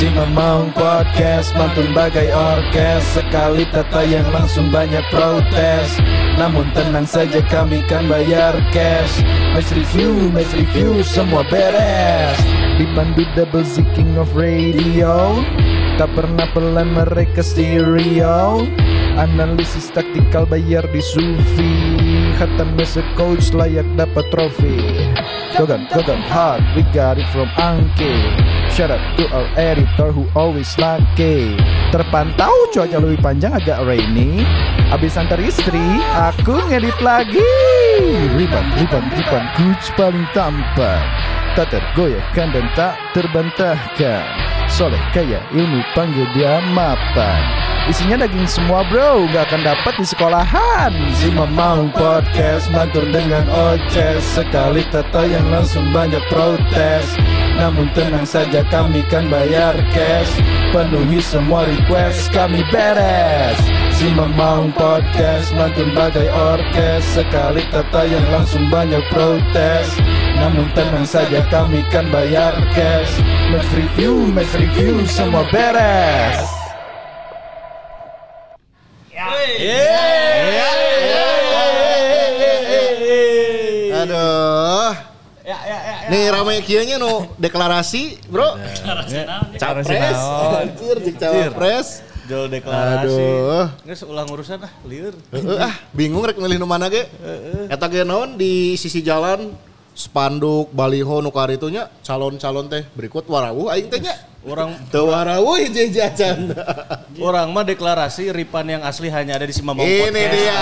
Si Mamaung Podcast mantun bagai orkes. Sekali tertayang langsung banyak protes. Namun tenang saja kami kan bayar cash. Match review semua beres. Dipandu double Z King of Radio. Tak pernah pelan mereka stereo. Analisis taktikal bayar di Sufi. Khatam as a coach layak dapat trofi. Gogan hard, we got it from Angke. Shout out to our editor who always lucky. Terpantau cuaca lebih panjang agak rainy. Abis antar istri, aku ngedit lagi. Riban, coach paling tampan. Tak tergoyahkan dan tak terbantahkan. Soleh kaya ilmu panggil dia mapan. Isinya daging semua bro, gak akan dapat di sekolahan. Si Mamaung Podcast mantur dengan oces. Sekali tertayang langsung banyak protes. Namun tenang saja kami kan bayar cash. Penuhi semua request kami beres. Si Mamaung Podcast mantun bagai orkes. Sekali tertayang langsung banyak protes. Namun tenang saja kami kan bayar cash. Match review semua beres. Aduh. Nih ramai kieunya nu deklarasi, Bro. Capres. Anjir, jeung cawapres. Jol deklarasi. Aduh. Geus ulang urusan lieur. Bingung rek milih nu mana ge. Eta ge naon di sisi jalan spanduk baliho nu karitunya calon-calon teh berikut warawuh aing teh nya. Orang teu warawuh hiji acan. Orang mah deklarasi Ripan yang asli hanya ada di Si Mamaung Podcast. Ini dia.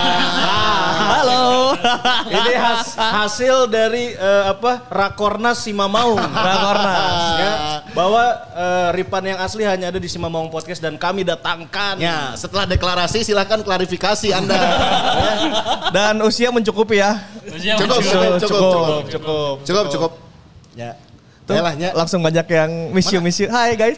Halo. Ini hasil dari Rakornas Si Mamaung. Rakornas ya, bahwa Ripan yang asli hanya ada di Si Mamaung Podcast dan kami datangkan. Ya, setelah deklarasi silakan klarifikasi Anda. Dan usia mencukupi ya. Cukup. Ya. Tuh, langsung banyak yang miss you. Hai guys.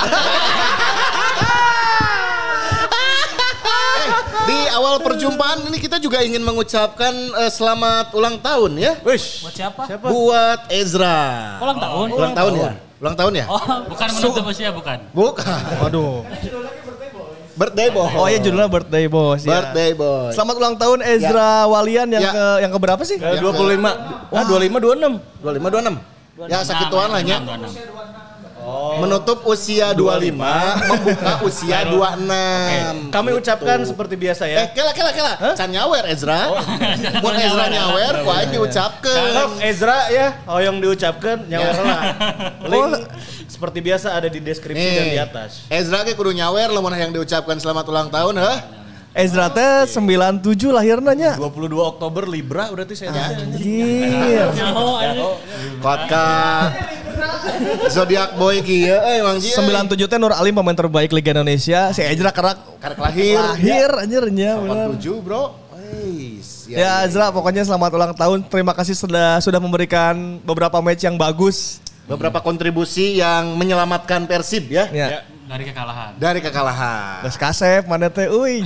Di awal perjumpaan ini kita juga ingin mengucapkan selamat ulang tahun ya. Wish. Buat siapa? Buat Ezra. Ulang tahun? Ulang tahun ya? Ulang tahun ya? Oh, bukan menutup usia, bukan? Bukan. Waduh. Birthday boy. Oh iya judulnya Birthday Boss ya. Birthday boy. Selamat ulang tahun Ezra Walian yang ke berapa sih? 25. 25 26. Ya sakituan lah nya. Menutup usia 25, membuka usia 26. Kami ucapkan seperti biasa ya. Kela. Can nyawer Ezra. Mun Ezra nyawer, ku aing diucapkeun. Ezra ya, yang diucapkan nyawer lah. Link seperti biasa ada di deskripsi dan di atas. Ezra ge kudu nyawer lamun yang diucapkan selamat ulang tahun, heuh. Ezra teh 97 lahirna nya. 22 Oktober Libra berarti saya. Anjir. Kotka Zodiac boy kieu emang ji. 97 teh Nur Alim pemain terbaik Liga Indonesia. Si Ezra karek lahir anjir nya benar. 87 bro. Ya Ezra pokoknya selamat ulang tahun. Terima kasih sudah memberikan beberapa match yang bagus. Beberapa kontribusi yang menyelamatkan Persib ya. Dari kekalahan. Terus kasep mana teh euy.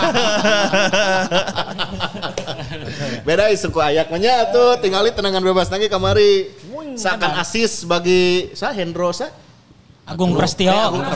Beda suku ayak mah nya atuh tingali tenangan bebas lagi kamari. Sakan asis bagi Hendro Agung Prestio.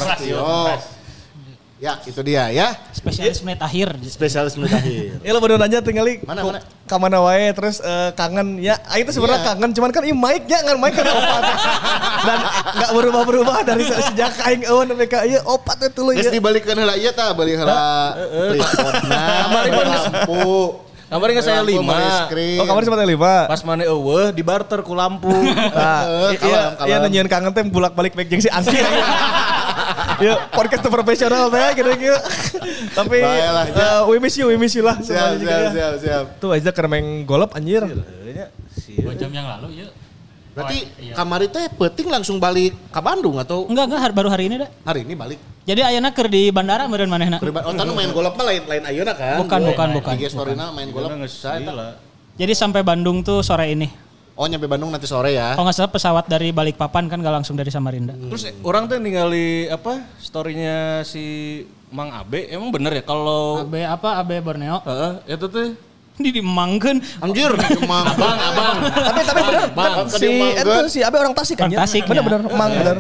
Ya, itu dia ya. Spesialis menit akhir. Ya lo baru nanya tinggali mana? Ka mana wae terus kangen ya. Aing teh sebenarnya kangen cuman kan mic nya ngan mic kan opat. Dan enggak berubah dari sejak aing eueun sampai ka ieu opat teh tuluy. Geus dibalikeun heula ieu tah bali heula. Kamari lampu. Kamari nggak saya 5. Oh kamari sempat 5. Pas mana eueuh di barter ku lampu. Iya nanyain kangen teh bolak-balik baik jeung si Angki. Yuk podcast profesional teh gitu. Tapi we miss you lah. Siap. Tuh aja keur main golop anjir. 2 jam yang lalu yuk. Berarti kamari teh penting langsung balik ke Bandung atau? Enggak baru hari ini dah. Hari ini balik. Jadi ayeuna keur di bandara meureun manehna. Oh tanu main golop mah lain ayeuna kan? Bukan. IG story-na main golop. Jadi sampai Bandung tuh sore ini. Oh nyampe Bandung nanti sore ya? Kalau nggak salah pesawat dari Balikpapan kan gak langsung dari Samarinda. Terus orang tuh ningali storynya si Mang Abe, emang bener ya kalau Abe Borneo? Itu tuh dimangkeun. Anjir, Mang. Abang. Tapi bener. Si Abe orang Tasik kan? Orang Tasik. Bener, Mang bener.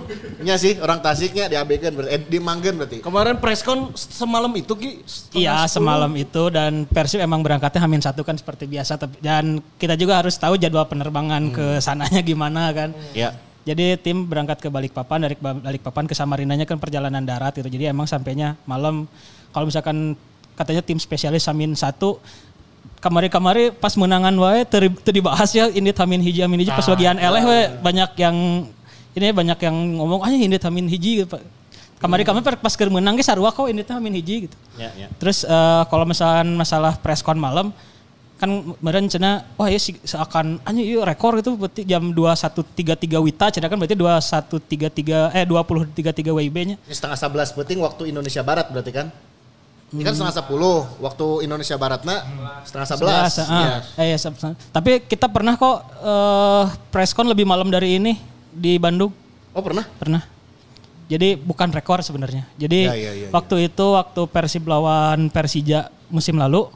Nya sih orang Tasiknya diabekan di Manggen berarti. Kemarin preskon semalam itu Ki. Iya semalam itu dan Persib emang berangkatnya H-1 kan seperti biasa. Dan kita juga harus tahu jadwal penerbangan ke sananya gimana kan. Iya. Jadi tim berangkat ke Balikpapan, dari Balikpapan ke Samarindanya kan perjalanan darat gitu. Jadi emang sampainya malam. Kalau misalkan katanya tim spesialis H-1 kamari-kamari pas menangan wae teu dibahas ya ini H-1 pas bagian eleh we banyak yang ngomong ini H-1 kamari-kamari pas keur meunang ge sarua kok ini H-1 gitu. Ya. Terus kalau misalkan masalah preskon malam kan meureun cenah wah ya seakan ieu rekor itu berarti jam 21.33 WITA cenah kan berarti 20.33 WIB-nya. Setengah 11 penting waktu Indonesia Barat berarti kan? Ini kan setengah 10, waktu Indonesia Baratna setengah 11. Iya. Tapi kita pernah kok preskon lebih malam dari ini di Bandung. Oh pernah? Pernah. Jadi bukan rekor sebenarnya. Jadi waktu itu Persib lawan Persija musim lalu,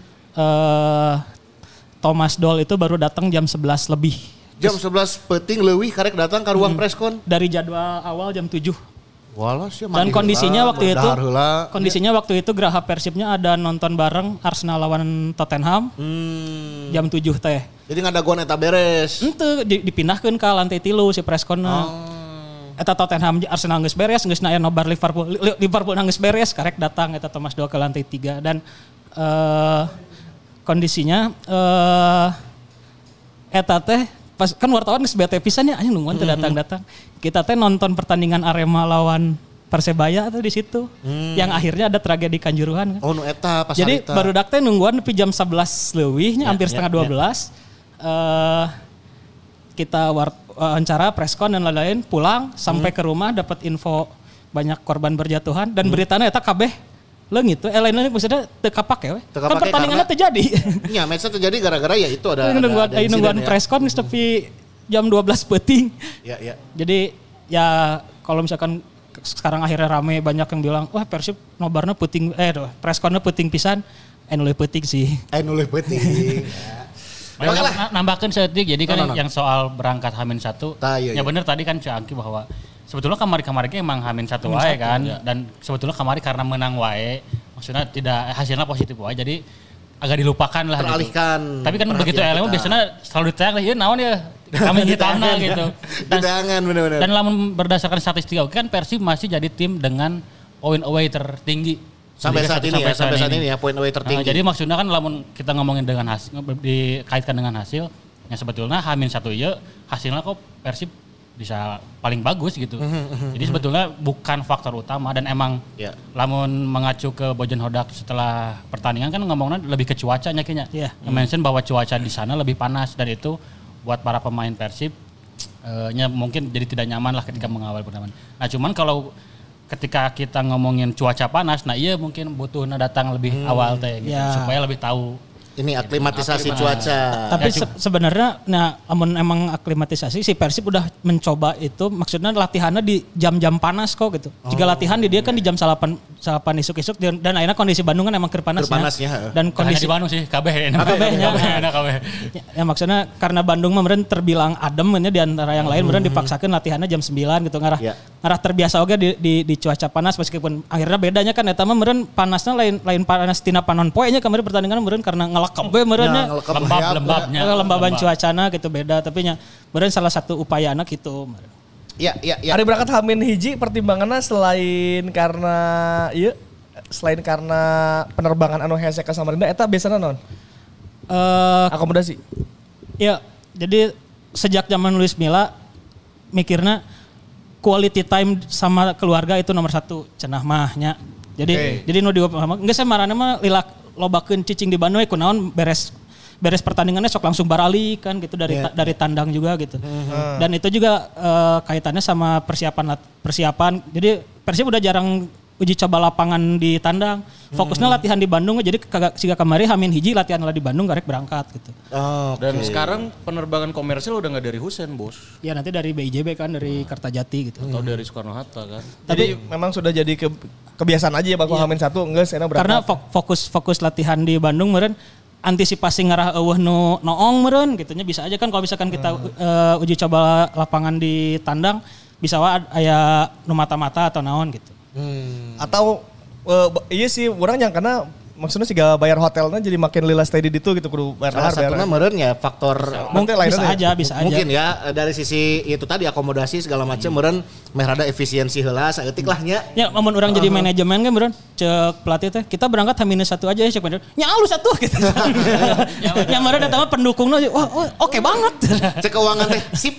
Thomas Doll itu baru datang jam 11 lebih. Jam 11 penting leuwih karek datang ke ruang preskon. Dari jadwal awal jam 7. Dan kondisinya waktu itu geraha Persibnya ada nonton bareng Arsenal lawan Tottenham jam 7 teh. Jadi ngadaguan eta beres. Itu dipindahkeun ka lantai 3 si preskonna. Eta Tottenham Arsenal geus beres, geus aya nobar Liverpool geus beres, karek datang eta Thomas Doll ke lantai 3 dan kondisinya eta teh pas kan wartawan geus bete pisan ya anjing nungguan teu datang-datang. Kita teh nonton pertandingan Arema lawan Persebaya tuh di situ. Yang akhirnya ada tragedi Kanjuruhan kan. Oh nu eta pas jadi barudak teh nungguan nepi jam 11 leuwihnya hampir setengah 12. Kita wawancara preskon dan lain-lain pulang sampai ke rumah dapat info banyak korban berjatuhan dan beritanya eta kabeh leungit we lain-lain maksudnya teu kapake we. Kan pertandingannya terjadi. Iya, match terjadi gara-gara ya itu ada nungguan preskon geus tepi jam 12 peuting. Iya. Jadi ya kalau misalkan sekarang akhirnya rame banyak yang bilang wah Persib nobarna peuting preskonnya peuting pisan nu leuwih peuting sih. Nu leuwih peuting. Nambahkan setik jadi kan yang soal berangkat H-1 ya bener tadi kan Cangki bahwa sebetulnya kamari-kamari emang H-1 wae kan dan sebetulnya kamari karena menang wae maksudnya tidak hasilnya positif wae jadi agak dilupakan lah teralihkan gitu. Tapi kan begitu elemen biasanya selalu ditanya ya naon ya kami ditanya gitu. Dan lamun berdasarkan statistik kan Persib masih jadi tim dengan point away tertinggi sampai saat ini ya point away tertinggi. Jadi maksudnya kan lamun kita ngomongin dengan hasil dikaitkan dengan hasil yang sebetulnya H-1 ya hasilnya kok Persib bisa paling bagus gitu. Jadi sebetulnya bukan faktor utama dan emang lamun mengacu ke Bojan Hodak setelah pertandingan kan ngomongnya lebih ke cuacanya kayaknya. Mention bahwa cuaca di sana lebih panas dan itu buat para pemain Persib mungkin jadi tidak nyaman lah ketika mengawal pertandingan. Nah cuman kalau ketika kita ngomongin cuaca panas, nah iya mungkin butuh datang lebih awal teh gitu supaya lebih tahu. Ini aklimatisasi cuaca. Tapi sebenarnya namun emang aklimatisasi si Persib udah mencoba itu maksudnya latihannya di jam-jam panas kok gitu. Jika latihan dia kan di jam 8 isuk-isuk dan akhirnya kondisi Bandung kan emang kerpanasnya. Dan kondisi di Bandung sih kabeh. Ya maksudnya karena Bandung meureun terbilang adem di antara yang lain meureun dipaksakan latihannya jam 9 gitu ngarah terbiasa oge di cuaca panas meskipun akhirnya bedanya kan eta mah meureun panasnya lain panas tina panon poe nya kemarin pertandingan meureun karena ngelekep we meureunnya lembaban cuacana gitu beda tapi nya meureun salah satu upayana gitu. Ya. Hari berangkat H-1 pertimbangannya selain karena penerbangan anu hese ka Samarinda eta biasana naon? Akomodasi. Ya, jadi sejak zaman Luis Milla mikirna quality time sama keluarga itu nomor 1 cenah mahnya. Jadi nu geus marana mah lila lobakeun cicing di Bandung kunaon beres pertandingannya sok langsung barali kan gitu dari tandang juga gitu. Dan itu juga kaitannya sama persiapan. Jadi Persib udah jarang uji coba lapangan di tandang. Fokusnya latihan di Bandung jadi siga kamari H-1 latihan lah di Bandung garek berangkat gitu. Dan sekarang penerbangan komersil udah enggak dari Husein, Bos. Ya nanti dari BIJB kan dari Kertajati gitu. Atau dari Soekarno-Hatta kan. Jadi memang sudah jadi kebiasaan aja ya Bang H-1 enggak saya berangkat. Karena fokus latihan di Bandung meureun antisipasi ngarah eueuh noong meureun gitunya bisa aja kan kalau misalkan kita uji coba lapangan di tandang bisa aya nu mata-mata atau naon gitu. Atau iya sih orang yang karena maksudnya sih gak bayar hotelnya jadi makin lila stay di itu gitu kudu bayar Salah satunya meureun ya faktor mungkin bisa aja. Mungkin ya dari sisi itu tadi akomodasi segala macam meureun meh rada efisiensi heula saeutik lah nya. Ya amun urang jadi manajemen kan beureun cek pelatih teh kita berangkat H-1 aja ya cek manajemen. Nya alus atuh gitu. Yang meureun datang pendukungna wah oke banget. Cek keuangan teh sip.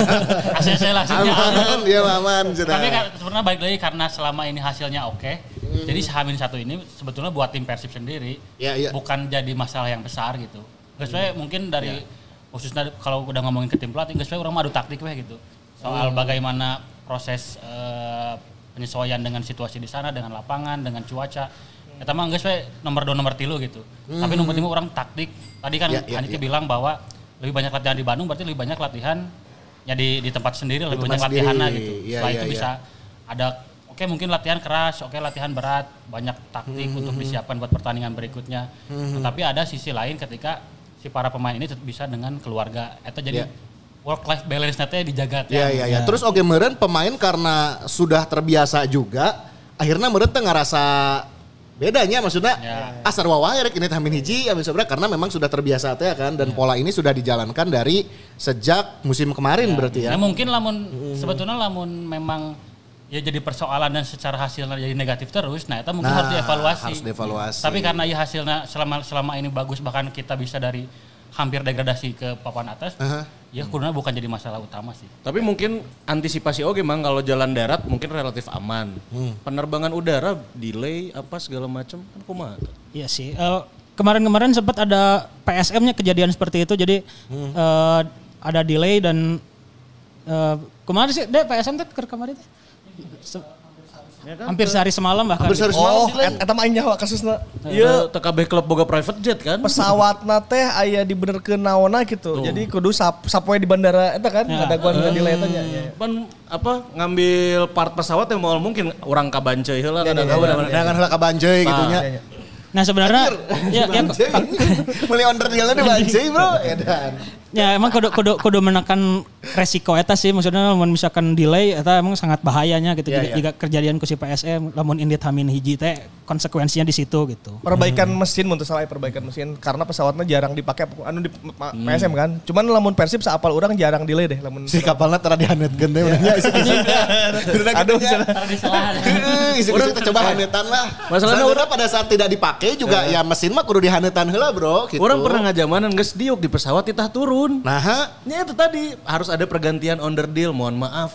ACC lah sih. Aman, dia aman. Tapi sebenarnya balik lagi karena selama ini hasilnya oke. Jadi H-1 ini sebetulnya buat tim Persib sendiri bukan jadi masalah yang besar gitu. Gak sesuai mungkin dari khususnya kalau udah ngomongin ke tim pelatih gak sesuai orang mah adu taktik weh gitu. Soal bagaimana proses penyesuaian dengan situasi di sana, dengan lapangan, dengan cuaca. Eta mah geus we nomor 2 nomor 3 gitu. Tapi nomor 5 orang taktik. Tadi kan Haniki bilang bahwa lebih banyak latihan di Bandung berarti lebih banyak latihan ya di tempat sendiri, lebih banyak latihannya gitu. Setelah itu bisa ada oke mungkin latihan keras, oke latihan berat, banyak taktik untuk disiapkan buat pertandingan berikutnya. Tapi ada sisi lain ketika si para pemain ini bisa dengan keluarga. Itu jadi work life balance nanti dijaga. Iya. Terus oke meureun pemain karena sudah terbiasa juga, akhirnya meureun teh ngarasa bedanya maksudnya asar wawahe rek ini Hamin hiji Hamin sabaraha karena memang sudah terbiasa teh kan dan pola ini sudah dijalankan dari sejak musim kemarin berarti ya. Nah, mungkin sebetulnya memang ya jadi persoalan dan secara hasilnya jadi negatif terus, nah itu mungkin harus dievaluasi. Tapi karena ya hasilnya selama ini bagus bahkan kita bisa dari hampir degradasi ke papan atas, ya kurang bukan jadi masalah utama sih. Tapi mungkin antisipasi mang kalau jalan darat mungkin relatif aman. Penerbangan udara delay apa segala macam kan kumaha. Iya sih. Kemarin sempat ada PSM-nya kejadian seperti itu jadi ada delay dan kemarin sih PSM teh kemarin teh hampir sehari semalam bahkan. Hampir sehari semalam. Eta mah nyawa kasusna. Iya, TKB klub boga private jet kan. Pesawatna teh aya dibenerkeun naonna gitu. Jadi kudu sapoe di bandara eta kan ada gua delay eta nya. Pan apa ngambil part pesawat yang mau mungkin orang kabanceuy heula kan. Dengan heula kabanceuy gitu nya. Nah sebenarnya mulai under dealnya di Banjai bro. Ya emang kudu menekan resiko eta sih maksudnya lamun misalkan delay eta emang sangat bahayanya gitu jika kejadian ku si PSM lamun indit Hamin hiji teh konsekuensinya di situ gitu. Perbaikan mesin mun teu salah perbaikan mesin karena pesawatnya jarang dipakai anu di PSM kan. Cuman lamun Persib saapal urang jarang delay deh lamun si kapalna tara dihanetkeun teh urang nya aduh isi kita coba hanetan lah. Masalahnya urang pada saat tidak dipakai juga ya mesin mah kudu dihanetan heula bro gitu. Orang pernah ngajamanan geus diuk di pesawat titah turun. Nah, ya itu tadi harus ada pergantian under deal, mohon maaf.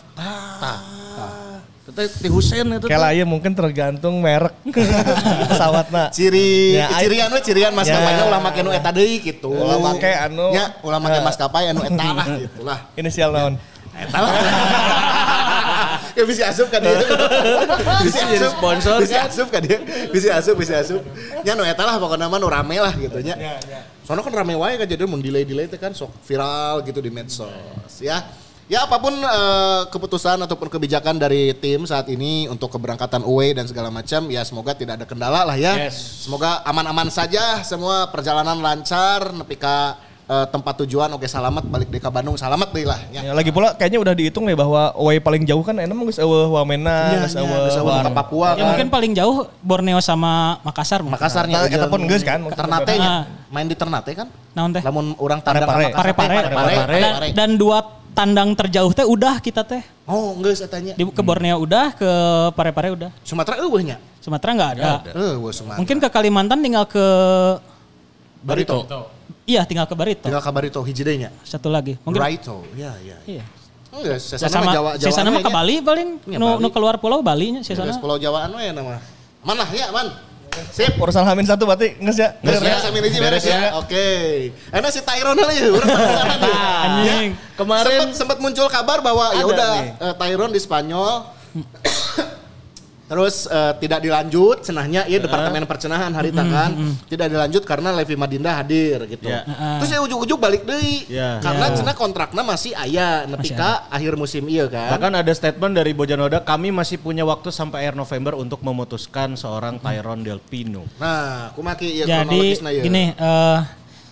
Ti Husein itu. Kayak ya mungkin tergantung merek pesawatna. Cirian maskapainya ulah make nu eta deui gitu. Ulah make anu. Nya ulah make maskapai anu eta lah gitu lah. Inisial naon? Eta lah. Ya bisa asup kan dia. Bisa jadi sponsor. Bisa asup kan dia. Bisa asup. Nya nu eta lah pokona mah nu rame lah gitu nya. Soalnya kan rame wae kan jadi mun delay teh kan sok viral gitu di medsos ya. Ya apapun keputusan ataupun kebijakan dari tim saat ini untuk keberangkatan away dan segala macam ya semoga tidak ada kendala lah ya. Semoga aman-aman saja semua perjalanan lancar nepi ka tempat tujuan oke selamat balik ke Bandung selamat deh lah ya. Lagi pula kayaknya udah dihitung deh bahwa away paling jauh kan enak geus eueuh Wamena geus eueuh ke Papua ya mungkin paling jauh Borneo sama Makassarnya eta pun geus kan Ternate nya main di Ternate kan naon teh lamun urang tandang Pare dan 2 tandang terjauh teh udah kita teh geus etanya ke Borneo udah ke Pare udah Sumatera eueuh nya Sumatera enggak ada Sumatera mungkin ke Kalimantan tinggal ke Barito. Iya, tinggal ke Barito. Hiji deui nya. Satu lagi. Mungkin Barito. Iya. Enggak, sisana mah ke Bali paling. Nu keluar pulau Bali nya sisana. Pulau Jawaan we nama. Mana ya, Man? Sip. Urusan H-1 berarti geus ya. Beres Hamin hiji beres ya. Oke. Enak si Tyrone ya, urang anjing. Kemarin sempat muncul kabar bahwa ya udah Tyrone di Spanyol terus tidak dilanjut cenahnya departemen percenahan harita kan tidak dilanjut karena Levi Madinda hadir gitu. Terus ya ujug-ujug balik deui karena cenah kontrakna masih aya nepi ka akhir musim ieu kan. Bahkan ada statement dari Bojanoda kami masih punya waktu sampai akhir November untuk memutuskan seorang Tyrone Del Pino. Nah, kumaha kieu kronologisna ieu. Jadi gini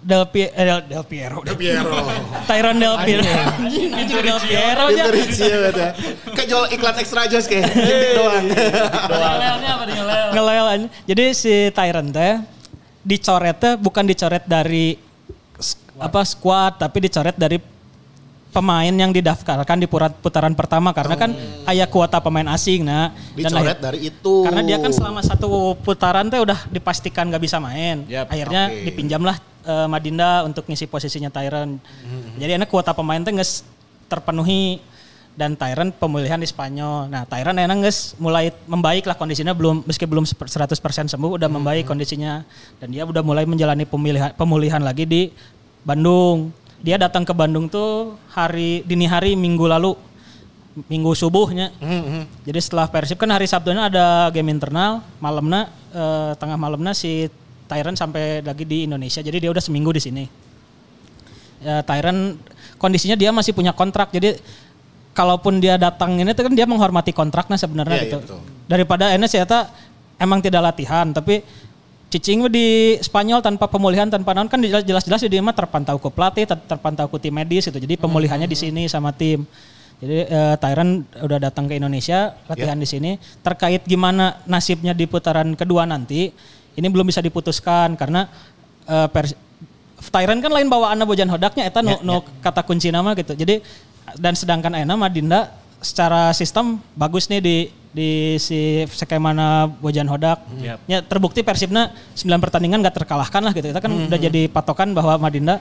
Del Piero. Tyron Del Piero. Ini juga Del Piero aja. Kayak jual iklan extra jos kayak doang. Ngelelnya apa nih ngelel? Ngelel aja. Jadi si Tyron teh dicoretnya bukan dicoret dari squad tapi dicoret dari pemain yang didaftarkan di putaran pertama karena kan aya kuota pemain asing dicoret dari itu karena dia kan selama satu putaran teh udah dipastikan gak bisa main. Akhirnya dipinjamlah Madinda untuk ngisi posisinya Tyron. Jadi enak kuota pemain teh geus terpenuhi dan Tyron pemulihan di Spanyol. Nah Tyron enak geus mulai membaik lah kondisinya meski belum 100% sembuh udah membaik kondisinya dan dia udah mulai menjalani pemulihan lagi di Bandung. Dia datang ke Bandung tuh dini hari minggu lalu, minggu subuhnya. Jadi setelah Persib kan hari Sabtunya ada game internal, tengah malamnya si Tyron sampai lagi di Indonesia. Jadi dia udah seminggu di sini. Tyron kondisinya dia masih punya kontrak, jadi kalaupun dia datang ini tuh kan dia menghormati kontraknya sebenarnya gitu. Daripada Enes ya emang tidak latihan, tapi cicing di Spanyol tanpa pemulihan tanpa naon kan jelas-jelas dia mah terpantau ku pelatih, terpantau ku tim medis gitu. Jadi pemulihannya di sini sama tim. Jadi Tyron udah datang ke Indonesia latihan di sini. Terkait gimana nasibnya di putaran kedua nanti, ini belum bisa diputuskan karena Tyron kan lain bawaanna Bojan Hodaknya eta kata kunci nama gitu. Jadi dan sedangkan ayeuna Madinda secara sistem bagus nih di si skemana Bojan Hodak. Ya terbukti Persibna 9 pertandingan gak terkalahkan lah gitu. Kita kan udah jadi patokan bahwa Madinda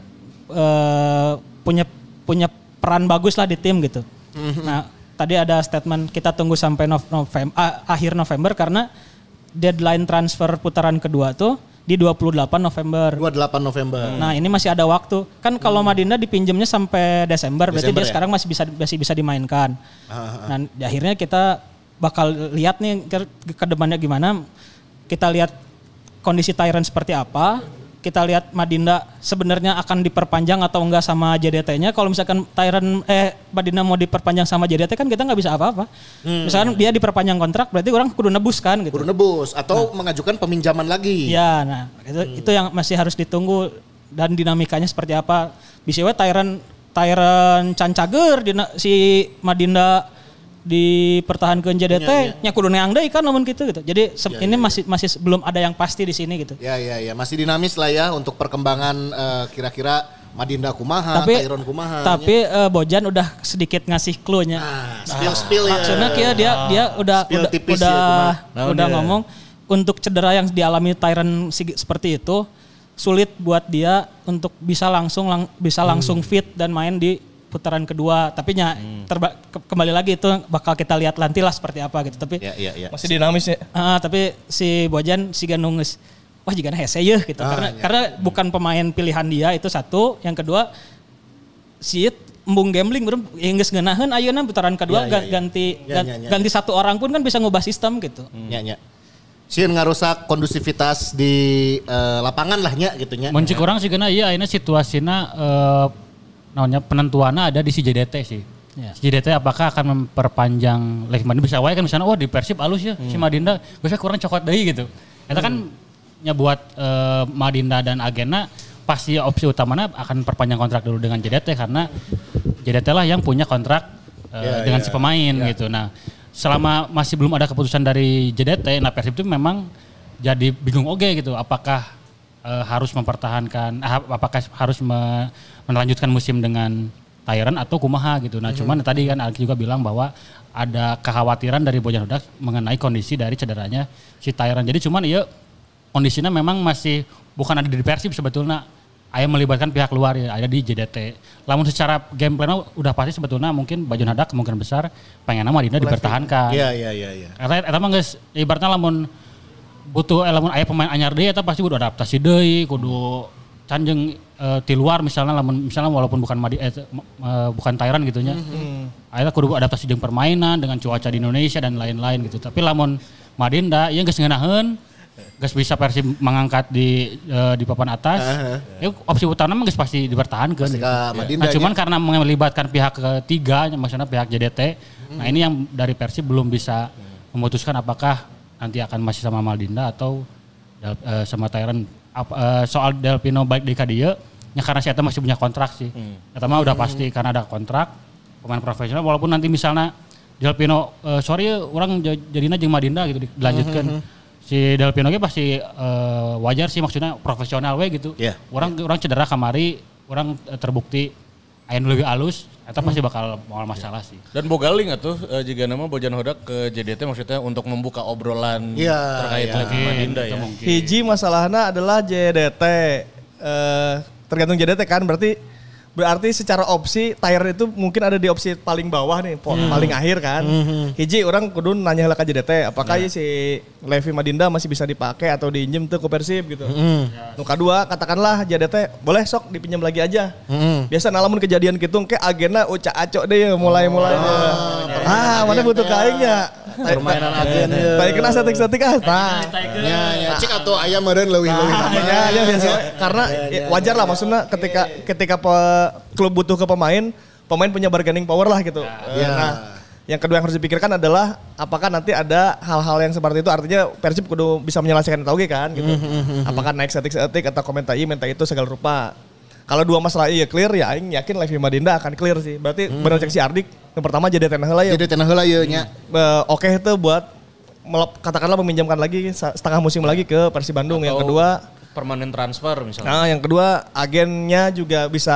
punya peran bagus lah di tim gitu. Nah, tadi ada statement kita tunggu sampai akhir November karena deadline transfer putaran kedua tuh di 28 November. 28 November. Nah, ini masih ada waktu. Kan kalau Madinda dipinjemnya sampai Desember berarti dia sekarang masih bisa dimainkan. Nah, akhirnya kita bakal lihat nih ke depannya gimana. Kita lihat kondisi Tyron seperti apa. Kita lihat Madinda sebenarnya akan diperpanjang atau enggak sama JDT-nya. Kalau misalkan Madinda mau diperpanjang sama JDT kan kita nggak bisa apa-apa. Misalkan dia diperpanjang kontrak berarti orang kudu nebus kan gitu. Kudu nebus atau mengajukan peminjaman lagi. Ya, nah itu yang masih harus ditunggu dan dinamikanya seperti apa. Bisa we Tyron cancager si Madinda dipertahankan JDT nya kudu neang deui kan namun gitu. Jadi ini masih belum ada yang pasti di sini gitu. Ya masih dinamis lah ya untuk perkembangan kira-kira Madinda kumaha, Tyron kumaha. Tapi Bojan udah sedikit ngasih clue-nya. Spill ya. Maksudnya dia udah ngomong untuk cedera yang dialami Tyron seperti itu sulit buat dia untuk bisa langsung fit dan main di putaran kedua, tapi kembali lagi itu bakal kita lihat nanti lah seperti apa gitu. Tapi masih dinamis ya. Tapi si Bojan si ganungus, wah jika hese ya gitu. Karena bukan pemain pilihan dia itu satu. Yang kedua si embung gambling belum geus ngeunaheun ayeuna putaran kedua ganti satu orang pun kan bisa ngubah sistem gitu. Sieun ngarusak kondusivitas di lapangan lah nya gitu nya. Mun cik urang sigana ieu ayeuna situasina penentuannya ada di si JDT sih. Si JDT apakah akan memperpanjang Madinda bisa wae kan misalnya di Persib alus ya si Madinda biasanya kurang cokot deui gitu. Eta kan buat Madinda dan Agena pasti opsi utamanya akan perpanjang kontrak dulu dengan JDT karena JDT lah yang punya kontrak dengan si pemain gitu. Nah, selama masih belum ada keputusan dari JDT, nah Persib itu memang jadi bingung gitu apakah harus mempertahankan apakah harus melanjutkan musim dengan Tyron atau kumaha gitu. Nah cuman tadi kan Alki juga bilang bahwa ada kekhawatiran dari Bojan Hodak mengenai kondisi dari cederanya si Tyron. Jadi cuman kondisinya memang masih bukan ada di Persib sebetulnya. Aya melibatkan pihak luar ya, ada di JDT. Lamun secara game plan udah pasti sebetulnya mungkin Bojan Hodak kemungkinan besar pengennya Madinda dipertahankan. Iya. Karena eta mah geus ibaratnya lamun butuh lamun aya pemain anyar deui eta pasti kudu adaptasi deui, kudu canjeng di luar misalnya walaupun bukan bukan Tyron gitu nya. Akhirnya kudu adaptasi jeung permainan dengan cuaca di Indonesia dan lain-lain gitu. Tapi lamun Madinda ieu geus ngeunaheun, geus bisa Persib mengangkat di papan atas. Opsi utama mah geus pasti dipertahankeun. Nah, cuman karena melibatkan pihak ketiga maksudnya pihak JDT. Nah, ini yang dari Persib belum bisa memutuskan apakah nanti akan masih sama Madinda atau sama Tyron. soal Del Pino baik di Kadia, ya karena si Eta masih punya kontrak sih. Eta mah udah pasti karena ada kontrak pemain profesional walaupun nanti misalnya Del Pino sorry orang jadinya jeung Madinda gitu dilanjutkan. Si Del Pino ge pasti wajar sih maksudnya profesional we gitu. Yeah. Orang cedera kamari, orang terbukti aya nu leuwih alus, eta pasti bakal moal masalah sih. Dan bogaling atuh jika nama Bojan Hodak ke JDT maksudnya untuk membuka obrolan terkait Levi Madinda ya. Hiji masalahnya adalah JDT tergantung JDT kan berarti secara opsi Tyre itu mungkin ada di opsi paling bawah nih, paling akhir kan. Hiji orang kudu nanya heula ka JDT apakah si Levi Madinda masih bisa dipakai atau diinjem tuh ke Persib gitu. Nu kadua katakanlah JDT boleh sok dipinjam lagi aja. Biasa lamun kejadian kitu ke agena uca acok deh mulai. Mana butuh kaingnya. Permainan agen. Baik kena setik-setik ah. Nah, ya cek atau ayam meureun leuwih. Ya biasa. Karena wajar lah maksudnya ketika klub butuh ke pemain punya bargaining power lah gitu. Nah, yang kedua yang harus dipikirkan adalah apakah nanti ada hal-hal yang seperti itu artinya Persib kudu bisa menyelesaikan itu oke kan gitu. Apakah naik setik-setik atau komentar minta itu segala rupa. Kalau dua masalah iya clear ya aing yakin Levi Madinda akan clear sih. Berarti bener cek si Ardik yang pertama jadi tanah heula ya. Jadi tanah heula ya nya. Oke itu buat katakanlah meminjamkan lagi setengah musim lagi ke Persib Bandung. Yang kedua permanen transfer misalnya. Nah, yang kedua agennya juga bisa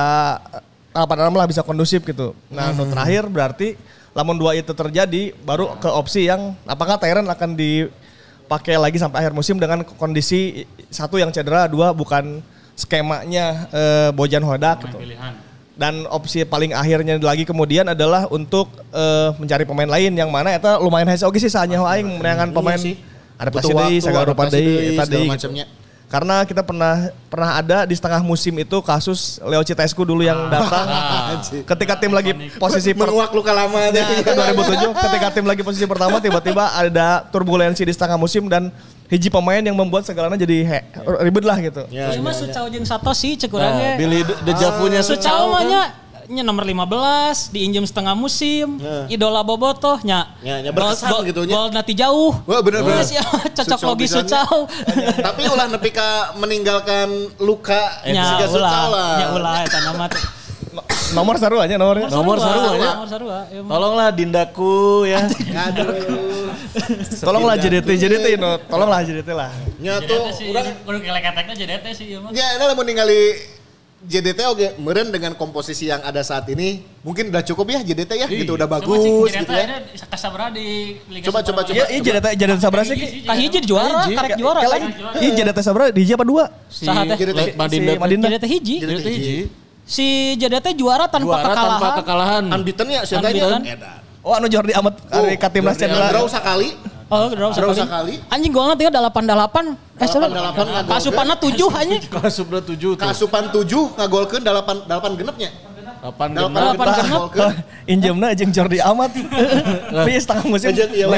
bisa kondusif gitu. Nah, terakhir berarti lamun dua itu terjadi baru ke opsi yang apakah Tyren akan dipakai lagi sampai akhir musim dengan kondisi satu yang cedera, dua bukan skemanya Bojan Hodak gitu. Dan opsi paling akhirnya lagi kemudian adalah untuk mencari pemain lain yang mana eta lumayan hese oge sih saanya aing meneangan pemain ada pasti segala rupa deui tadi macamnya. Karena kita pernah ada di setengah musim itu kasus Leo Citescu dulu yang datang ketika tim lagi posisi menguak luka lama 2007 ketika tim lagi posisi pertama tiba-tiba ada turbulensi di setengah musim dan hiji pemain yang membuat segalanya jadi ribet lah gitu. Ya, cuma Sucao jeung Satoshi cek urang ge. Billy Dejavunya Sucao mah nya nomor 15 diinjem setengah musim. Idola Bobotoh nya. Berkesan gitu nya. Gol nanti jauh. Wah bener-bener. Cocok logi Sucao. Tapi ulah nepi ka meninggalkan luka siga Sucao lah. Nya ulah eta nama teh. Nomor sarua nya nomornya. Nomor sarua. Tolonglah Dindaku ya. Aduh. Tolonglah JDT tolonglah JDT lah. Nya tuh urang kudu kelek-kelekna JDT sih ieu mah. Ya eta lamun ningali JDT oke meureun dengan komposisi yang ada saat ini mungkin udah cukup ya JDT ya gitu udah bagus gitu ya. Kasabra di Liga Coba. Iya JDT sabra sih ka hiji juara, karek juara kan. Iya JDT sabra di hiji apa dua? Saha teh? Madinda. JDT hiji. Si JDT juara tanpa kekalahan. Unbeaten ya si Unbeaten. Oh anu Jordi Amat ari ka timnas cedera. Draw sakali. Oh, draw sekali. Anjing golnya tinggal 88. 88 kasupanna 7 anjing. Kasupna 7 tuh. Kasupan 7 ngagolkeun 8 genepnya. 8 genep. Injemna jeung Jordi Amat. Tapi setengah musim.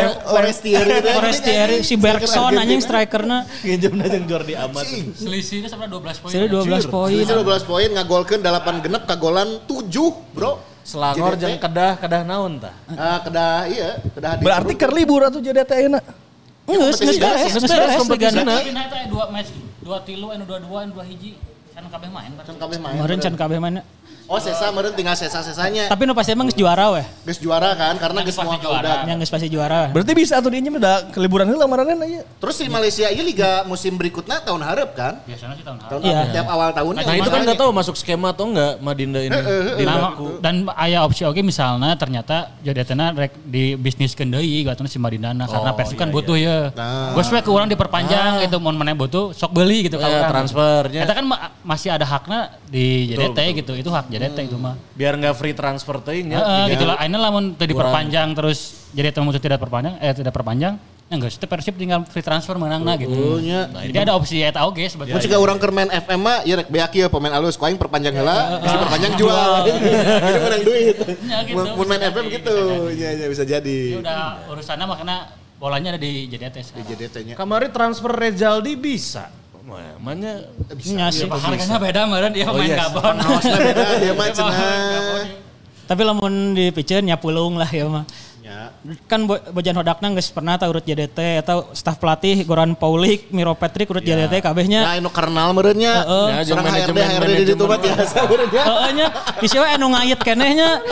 Forestieri si Bergson anjing strikerna. Injemna jeung Jordi Amat. Selisihnya sampai 12 poin. 12 poin. 12 poin ngagolkeun 8 genep kagolan 7, Bro. Selangor jeung kedah naon tah? Kedah iya, kedah. Berarti keur libur atuh JDT ayeuna. Geus beres kompetisinya. Eta 2 match, 2 tilu, 2-2, 2 hiji. Can kabeh main. Meureun can kabeh main. Oh sesa meureun tinggal sesa-sesanya. Tapi nu pasti emang geus juara weh. Geus juara kan karena geus semua udah. Yang geus pasti juara. Berarti bisa atuh diinjem udah ke liburan heula maraneun aya. Terus si Malaysia ieu liga musim berikutnya tahun hareup kan? Biasanya sih tahun hareup. Tiap awal tahun. Nah itu kan enggak tahu masuk skema atau enggak Madinda ini. Dan aya opsi oge misalnya ternyata JDT-na rek di bisniskeun deui gatuna si Madindana karena Persib kan butuh ya. Geus we ke urang diperpanjang gitu mun maneh butuh sok beuli gitu kan. Transfernya. Eta kan masih ada hakna di JDT gitu. Itu hak JDT itu mah. Biar nggak free transfer teuing ya. Gitu lah. Aina lamun teu diperpanjang terus jadi temutu tidak perpanjang. Ya enggak, setiap Persib tinggal free transfer menangna gitu. Jadi ada opsi eta oge sebetulnya. Mun ciga urang keur main FM mah ieu rek beak ieu pemain alus ku aing perpanjang heula, bisa perpanjang jual. Jadi menang duit. Mun main FM gitu. Iya bisa jadi. Ya udah urusannya makanya bolanya ada di JDT sekarang. Di JDT-nya. Kemarin transfer Rezaldi bisa. Namanya bisa sih. Harganya beda meureun dia main Gabon. Beda dia mah cenah. Tapi lamun dipikeun nya pulung lah ya mah. Kan Bojan Hodakna geus pernah ta urut JDT atau staf pelatih Goran Paulik, Miro Patrick urut JDT kabehnya. Nah, anu karnal meureunnya. Sareng HRD di ditu mah biasa meureunnya. Heeh nya. Bisi we anu ngayet kenehnya.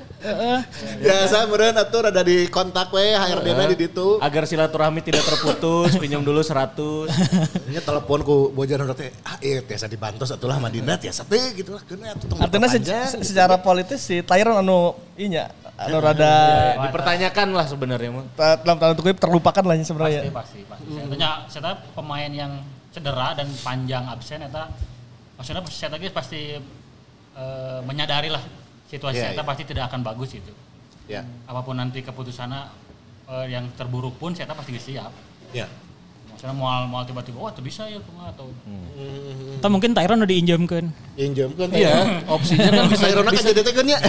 Biasa meureun atuh rada di kontak we HRD-na di ditu. Agar silaturahmi tidak terputus, pinjam dulu 100. Nya telepon ku Bojan Hodak teh, tiasa dibantos atulah Madinda tiasa teh gitu lah keuna atuh. Artinya secara politis si Tyron anu inya anu rada dipertanyakan lah sebenarnya mah. Dalam tanda kutip terlupakan lah sebenarnya. Pasti. Saya pemain yang cedera dan panjang absen eta maksudnya saya tadi pasti menyadari lah situasi eta pasti tidak akan bagus gitu. Ya. Apapun nanti keputusannya yang terburuk pun saya pasti siap. Ya. Maksudnya mual tiba-tiba wah itu bisa ya kumaha atau. Atau mungkin Tyron udah diinjemkeun. Injemkeun. Iya, opsinya kan Tyron kan JDT-keun nya.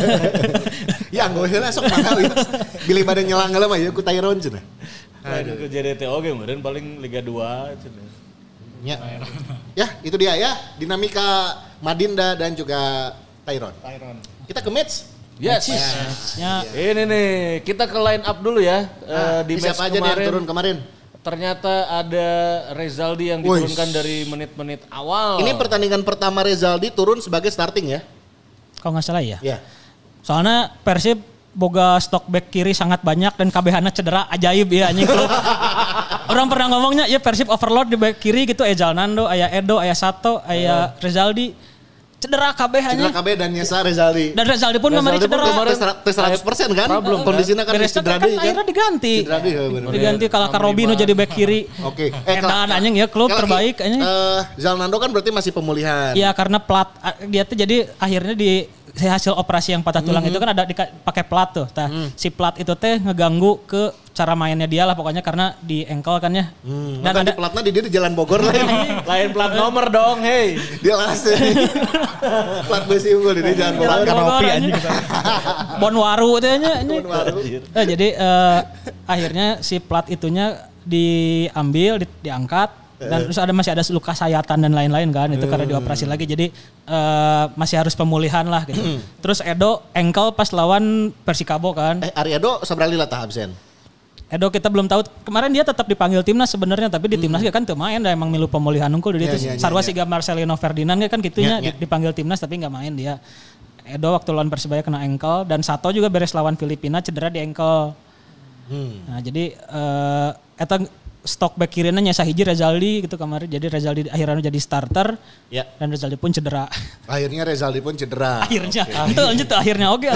Ya anggo heula sok mangga bilih bade nyelang heula mah ya ku Tyron cenah. Aduh ke JDT oge meureun paling Liga 2 cenah. Ya, itu dia ya dinamika Madinda dan juga Tyron. Kita ke match. Yes. Ya. Ini nih, kita ke line up dulu ya. Di match siapa aja nih yang turun kemarin? Ternyata ada Rezaldi yang diturunkan dari menit-menit awal. Ini pertandingan pertama Rezaldi turun sebagai starting ya? Kalau nggak salah ya. Iya. Soalnya Persib boga stok back kiri sangat banyak dan kabehana cedera ajaib ya anjing klub. Orang pernah ngomongnya ya Persib overload di back kiri gitu Zalnando, aya Edo, aya Sato, aya Rezaldi. Cedera kabeh hanya. Cedera kabeh dan nyesa Rezaldi. Dan Rezaldi pun kemarin cedera. Tes 100% kan? Kondisinya kan cedera deui kan. Akhirnya diganti. Cedera deui Diganti kalau Karobi nu jadi back kiri. Oke. Edan anjing ya klub terbaik anjing. Zalnando kan berarti masih pemulihan. Iya karena plat dia tuh jadi akhirnya di hasil operasi yang patah tulang itu kan ada pakai plat tuh. Si plat itu teh ngeganggu ke cara mainnya dia lah pokoknya karena di ankle kan ya. Dan ada platnya di Jalan Bogor lain. Lain plat nomor dong, hey. Dia las. Plat besi unggul di Jalan Bogor. Kanopi anjing. Bonwaru teh nya. Jadi akhirnya si plat itunya diambil, diangkat. Dan terus masih ada luka sayatan dan lain-lain kan itu karena dioperasi lagi jadi masih harus pemulihan lah gitu. Terus Edo ankle pas lawan Persikabo kan. Ari Edo sabrali lah tah absen. Edo kita belum tahu kemarin dia tetap dipanggil timnas sebenarnya tapi di timnas kan teu main emang milu pemulihan unggul jadi itu sarua siga Marcelino Ferdinand kan gitunya dipanggil timnas tapi enggak main dia. Edo waktu lawan Persibaya kena ankle dan Sato juga beres lawan Filipina cedera di ankle. Nah jadi eta stok back kirinya nyesa hiji Rezaldi gitu kemarin. Jadi Rezaldi akhirnya jadi starter. Ya. Dan Rezaldi pun cedera. Akhirnya Rezaldi pun cedera. Akhirnya. Itu lanjut tuh akhirnya oke.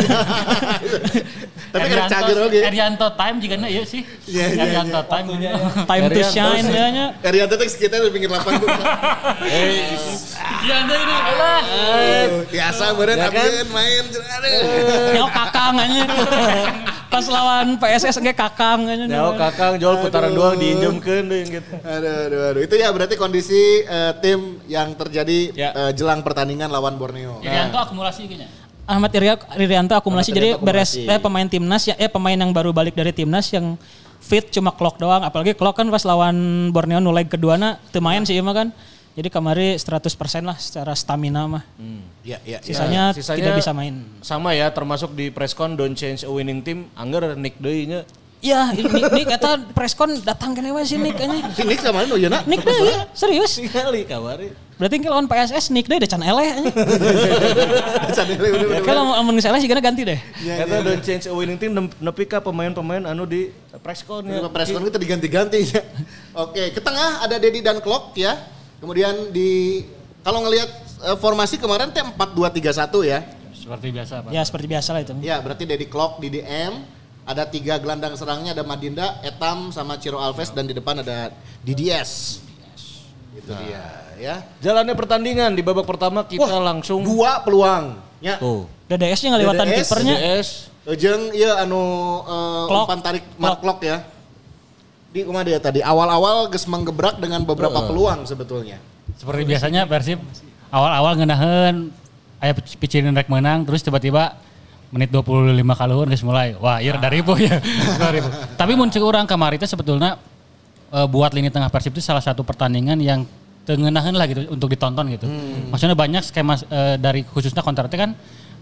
Tapi kan cager oke. Erianto time juga na iya sih. Erianto time. Time to shine nya. Erianto teh kita di pinggir lapangan. Erianto ini lah. Biasa meureun abieun main. Nyaho kakang aja. Pas lawan PSS ge kakang aja. Nyaho kakang jual putaran doang diinjemkeun deui gitu. Aduh. Itu ya berarti kondisi tim yang terjadi jelang pertandingan lawan Borneo. Irianto akumulasi kayaknya. Ahmad Irianto akumulasi jadi beres pemain timnas ya pemain yang baru balik dari timnas yang fit cuma Klok doang apalagi Klok kan pas lawan Borneo nu leg keduana teu main sih mah kan. Jadi kemarin 100% lah secara stamina mah. Sisanya tidak bisa main. Sama ya termasuk di preskon don't change a winning team anggar Nick deui nya. Iya, Nick eta preskon datang kene we si Nick kayaknya. Si Nick sama nu yeuna? Nick deui, serius. Sekali kawari. Berarti lawan PSS Nick deui da can eleh anya. Can eleh bener-bener. Kalau mun eleh sigana ganti deh. Eta don't change a winning team nepi ka pemain-pemain anu di preskon ya. Preskon itu diganti-ganti ya. Oke, ke tengah ada Dedi dan Klok ya. Kemudian kalau ngelihat formasi kemarin teh 4-2-3-1 ya. Seperti biasa Pak. Ya, seperti biasa lah itu. Ya, berarti Dedi Klok di DM. Ada 3 gelandang serangnya, ada Madinda, Etam, sama Ciro Alves. Dan di depan ada Didies. Itu dia ya. Jalannya pertandingan di babak pertama kita langsung 2 peluang. Ya. Tuh. DDS-nya ngelewatan kipernya. DDS. Jeung ieu umpan tarik Mark Klok ya. Di kumaha dia tadi awal-awal geus menggebrak dengan beberapa peluang sebetulnya. Seperti biasanya Persib awal-awal ngeunaheun aya picirin rek menang terus tiba-tiba menit 25 kaluhun geus mulai. Wah, ieu dari ribu ya. Tapi mun ceuk urang kamari teh sebetulnya buat lini tengah Persib itu salah satu pertandingan yang teu ngeunaheun lah gitu untuk ditonton gitu. Maksudnya banyak skema dari khususnya counter teh kan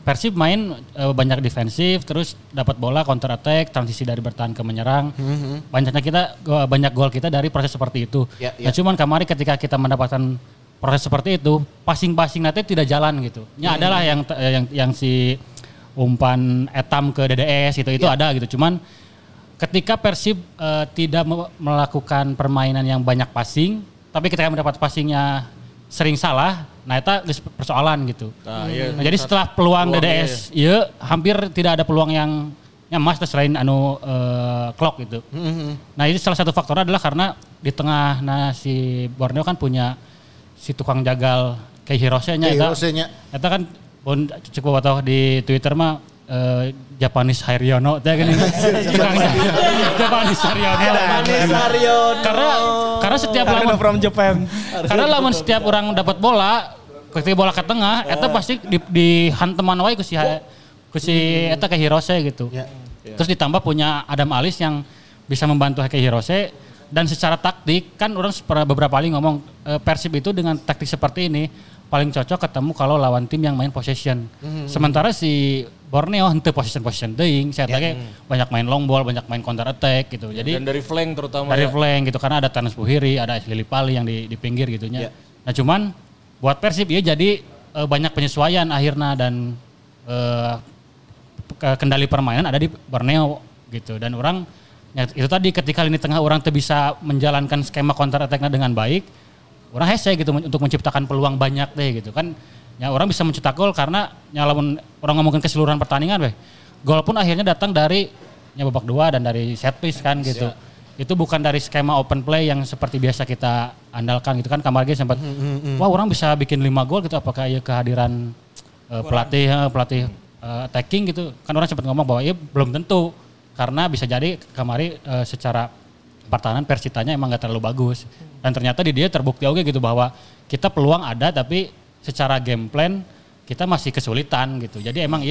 Persib main banyak defensif, terus dapat bola counter attack, transisi dari bertahan ke menyerang. Banyak gol kita dari proses seperti itu. Nah cuman kemarin ketika kita mendapatkan proses seperti itu, passing nanti tidak jalan gitu. Adalah yang si umpan Etam ke DDS itu ada gitu. Cuman ketika Persib tidak melakukan permainan yang banyak passing, tapi ketika mendapat passingnya sering salah, nah itu persoalan gitu. Nah, jadi setelah peluang DDS, hampir tidak ada peluang yang emas selain clock gitu. Nah ini salah satu faktor adalah karena di tengah si Borneo kan punya si tukang jagal kayak Hirose-nya. Itu kan cukup tahu di Twitter mah Japanese Haryono karena setiap lawan from Japan. Karena lawan setiap orang dapat bola, ketika bola ke tengah, eta pasti dihanteman wae ku si eta ke Hirose gitu. Terus ditambah punya Adam Alis yang bisa membantu ke Hirose, dan secara taktik kan orang beberapa kali ngomong Persib itu dengan taktik seperti ini paling cocok ketemu kalau lawan tim yang main possession. Sementara si Borneo henteu possession teuing, saya tadi banyak main long ball, banyak main counter attack gitu. Jadi dan dari flank terutama. Dari flank gitu karena ada Tanas Buhiri, ada Lili Pali yang di pinggir gitunya. Nah cuman buat Persib jadi banyak penyesuaian akhirnya dan kendali permainan ada di Borneo gitu. Dan orang itu tadi ketika lini tengah orang tuh bisa menjalankan skema counter attack-nya dengan baik, orang hese gitu untuk menciptakan peluang banyak deh gitu kan. Ya orang bisa mencetak gol karena nyalamun orang ngomongin keseluruhan pertandingan gol pun akhirnya datang dari babak 2 dan dari set piece kan gitu. Itu bukan dari skema open play yang seperti biasa kita andalkan gitu kan. Kemarin sempat wah orang bisa bikin 5 gol gitu, apakah ya kehadiran pelatih attacking gitu. Kan orang sempat ngomong bahwa belum tentu karena bisa jadi kemarin secara pertahanan Persitanya emang gak terlalu bagus. Dan ternyata di dia terbukti oke gitu bahwa kita peluang ada tapi secara game plan kita masih kesulitan gitu. Jadi emang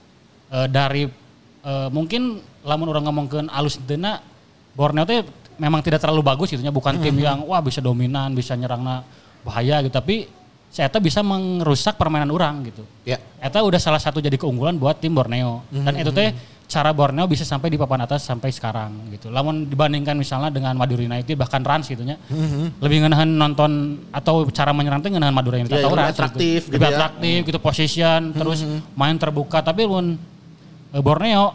dari mungkin lamun orang ngomongkeun alus teuna Borneo teh memang tidak terlalu bagus gitu nya, bukan tim yang wah bisa dominan, bisa nyerangna bahaya gitu, tapi saya bisa merusak permainan orang gitu. Eta udah salah satu jadi keunggulan buat tim Borneo. Dan itu teh cara Borneo bisa sampai di papan atas sampai sekarang gitu. Lamun dibandingkan misalnya dengan Madura United bahkan Rans gitu nya. Lebih ngeunaheun nonton atau cara menyerang teh ngeunaheun Madura United atau Rans atraktif gitu. Lebih atraktif gitu possession, terus main terbuka, tapi lamun Borneo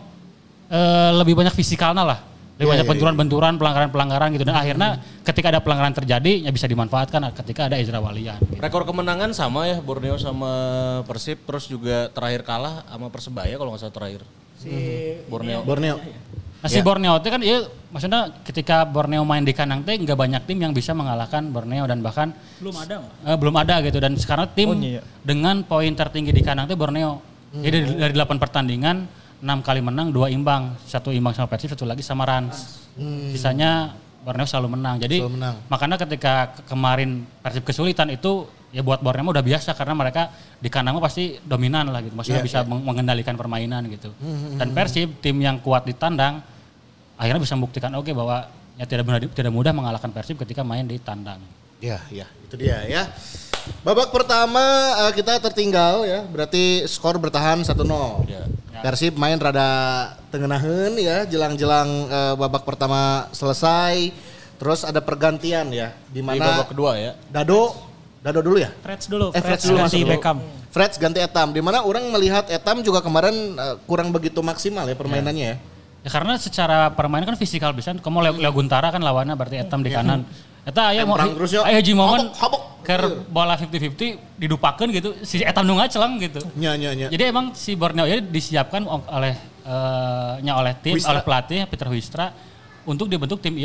lebih banyak fisikalnya lah. Lebih banyak benturan-benturan, pelanggaran-pelanggaran gitu. Dan akhirnya ketika ada pelanggaran terjadi, ya bisa dimanfaatkan ketika ada Ezra Walian. Gitu. Rekor kemenangan sama ya Borneo sama Persib, terus juga terakhir kalah sama Persebaya kalau nggak salah terakhir. Si Borneo. Nah si Borneo itu kan maksudnya ketika Borneo main di kandang teh nggak banyak tim yang bisa mengalahkan Borneo dan bahkan belum ada gitu. Dan sekarang tim dengan poin tertinggi di kandang teh Borneo. Jadi dari 8 pertandingan 6 kali menang, 2 imbang, 1 imbang sama Persib, 1 lagi sama Rans. Sisanya Borneo selalu menang. Jadi makanya ketika kemarin Persib kesulitan itu ya buat Borneo udah biasa karena mereka di kandang pasti dominan lah gitu. Maksudnya bisa mengendalikan permainan gitu. Dan Persib tim yang kuat di tandang akhirnya bisa membuktikan bahwa ya tidak mudah mengalahkan Persib ketika main di tandang. Ya itu dia ya. Babak pertama kita tertinggal ya, berarti skor bertahan 1-0. Persib main rada tengenaheun ya, jelang-jelang babak pertama selesai. Terus ada pergantian ya, di mana di babak kedua ya. Dado dulu ya? Freds dulu ganti Beckham. Freds ganti Etam, di mana orang melihat Etam juga kemarin kurang begitu maksimal ya permainannya ya. Ya karena secara permainan kan fisikal bisa. Kamu Leo Guntara kan lawannya berarti Etam di kanan. Eta aya hiji momen keur bola 50-50 didupakeun gitu si Etam nu ngacelang gitu. Nya. Jadi emang si Borneo ini disiapkan oleh tim oleh pelatih Peter Huistra untuk dibentuk tim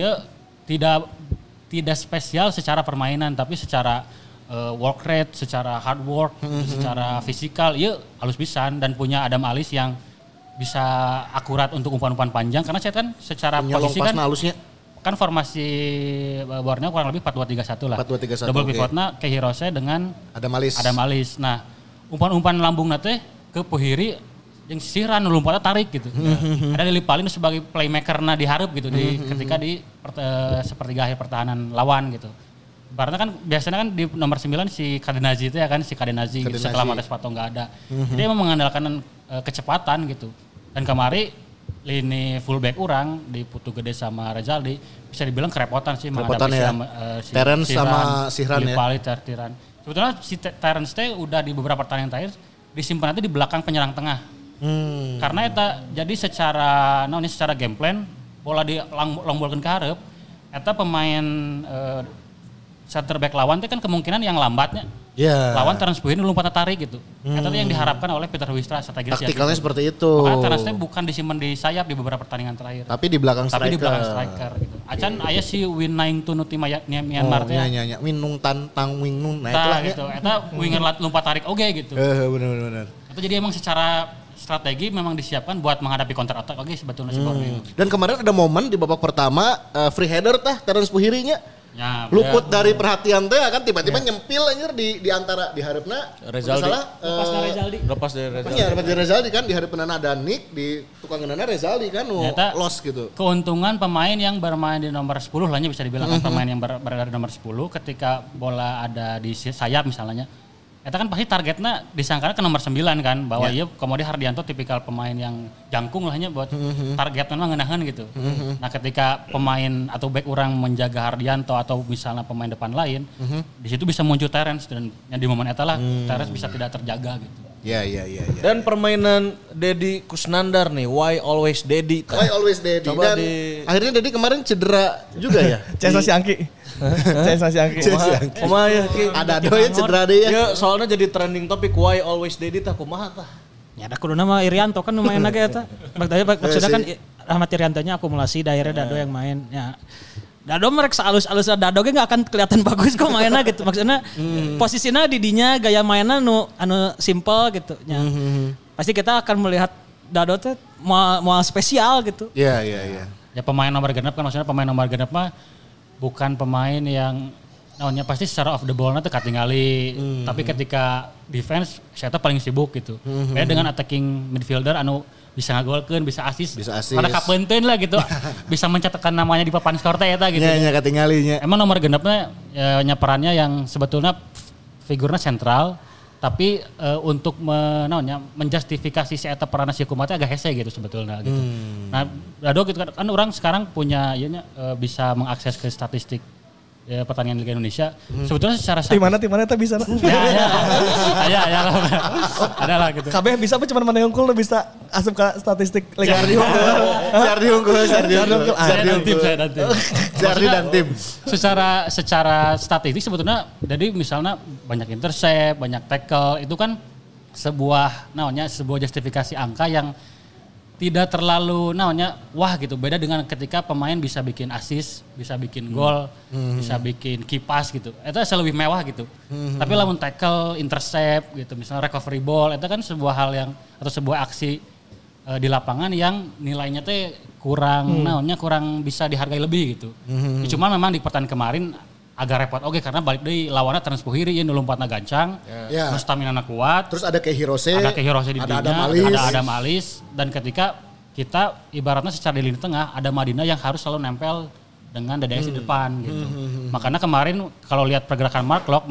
tidak spesial secara permainan tapi secara work rate, secara hard work, secara fisikal halus pisan dan punya Adam Alis yang bisa akurat untuk umpan-umpan panjang karena saya kan secara posisi kan halusnya kan formasi Borneo kurang lebih 4-2-3-1 lah. 4-2-3-1. Double pivotnya ke Hirose dengan Adam Alis. Nah, umpan-umpan lambungna teh ke Puhiri yang sisiran lompatnya tarik gitu. Ada Lili Palin sebagai playmaker diharap gitu ketika di sepertiga akhir pertahanan lawan gitu. Karena kan biasanya kan di nomor 9 si Cadenazzi itu ya kan, si Cadenazzi gitu, setelah Matias Pato nggak ada. Jadi emang mengandalkan kecepatan gitu. Dan kemarin lini fullback orang di Putu Gede sama Rezaldi bisa dibilang kerepotan sih menghadapi si Terence sama Sihran ya. Tiran. Sebetulnya si Terence teh udah di beberapa pertandingan terakhir disimpan nanti di belakang penyerang tengah. Karena eta jadi secara game plan bola di long-ballkeun ke hareup eta pemain center back lawan itu kan kemungkinan yang lambatnya. Lawan Terence Puhin lompat tarik gitu. Eta yang diharapkan oleh Peter Wistra strategi taktikalnya gitu. Seperti itu. Makanya Terence bukan disimpan di sayap di beberapa pertandingan terakhir. Tapi di belakang striker gitu. Acan aya si Win Naing Tunu ti Myanmar teh. Nya. Winung Tang Wingnung. Nah itulah gitu. Eta winger lompat tarik oge gitu. Benar. Itu jadi emang secara strategi memang disiapkan buat menghadapi counter attack sebetulnya si Borneo. Dan kemarin ada momen di babak pertama free header Terence Puhirinya. Ya, luput dari perhatian teh kan tiba-tiba nyempil anjir di antara di harapna Rezaldi. Lepas dari Rezaldi. Iya, lepas dari Rezaldi kan di harapna ada Nick di tukang ngeunana Rezaldi kan lost gitu. Keuntungan pemain yang bermain di nomor 10 lahnya bisa dibilang pemain yang berada di nomor 10 ketika bola ada di sayap misalnya. Eta kan pasti targetnya disangkanya ke nomor 9 kan bahwa iya Komodi Hardianto tipikal pemain yang jangkung lahnya buat targetnya mah ngeunaheun gitu. Nah ketika pemain atau back orang menjaga Hardianto atau misalnya pemain depan lain di situ bisa muncul Terence dan yang di momen eta lah Terence bisa tidak terjaga gitu. Iya. Dan permainan Dedi Kusnandar nih, Why Always Dedi. Coba dan akhirnya Dedi kemarin cedera juga ya. Cesa si Angki. Kumaha ya Ki? Ada doya cedera deh ya. Ya soalnya jadi trending topik Why Always Dedi tah kumaha tah. Ya ada kudu nama Irianto kan lumayan lagi eta. Maksudnya kan Rahmat Iriantonya akumulasi daerah Dado yang main. Ya. Dado mereka alus-alus Dado ge enggak akan kelihatan bagus kok mainnya gitu. Maksudnya posisinya di dinya gaya mainnya anu simple gitu. Ya. Pasti kita akan melihat Dado teh mau spesial gitu. Iya. Ya pemain nomor genep kan maksudnya pemain nomor genep mah bukan pemain yang namanya pasti secara off the ball nanti katingali tapi ketika defense saya paling sibuk gitu. Beda dengan attacking midfielder anu bisa ngagolkeun, bisa assist. Pada kapenteun lah gitu. Bisa mencatatkan namanya di papan skor teh eta gitu. Nya katinggalinya. Emang nomor genepnya nya perannya yang sebetulnya figurnya sentral tapi untuk menjustifikasi si eta peranna si Kumate agak hese gitu sebetulnya gitu. Nah, Dado gitu kan orang sekarang punya bisa mengakses ke statistik pertandingan Liga Indonesia. Sebetulnya secara di mana tak bisa. Ya lah. Ada lah gitu. Kabeh bisa apa cuman mana yang unggul bisa asup ke statistik Liga Jardi dan tim. Secara statistik sebetulnya jadi misalnya banyak intercept, banyak tackle itu kan sebuah justifikasi angka yang tidak terlalu wah gitu. Beda dengan ketika pemain bisa bikin assist, bisa bikin gol, bisa bikin key pass gitu. Itu lebih mewah gitu. Tapi lamun tackle, intercept gitu, misalnya recovery ball, itu kan sebuah hal yang atau sebuah aksi di lapangan yang nilainya teh kurang kurang bisa dihargai lebih gitu. Cuma memang di pertandingan kemarin agak repot karena balik deui lawannya Terence Puhiri yang lompatna gancang, terus stamina kuat, terus ada Kehirose di dinya, ada Adam Alis dan ketika kita ibaratnya secara di lini tengah ada Madina yang harus selalu nempel dengan Dadais di depan gitu. Makanya kemarin kalau lihat pergerakan Mark Locke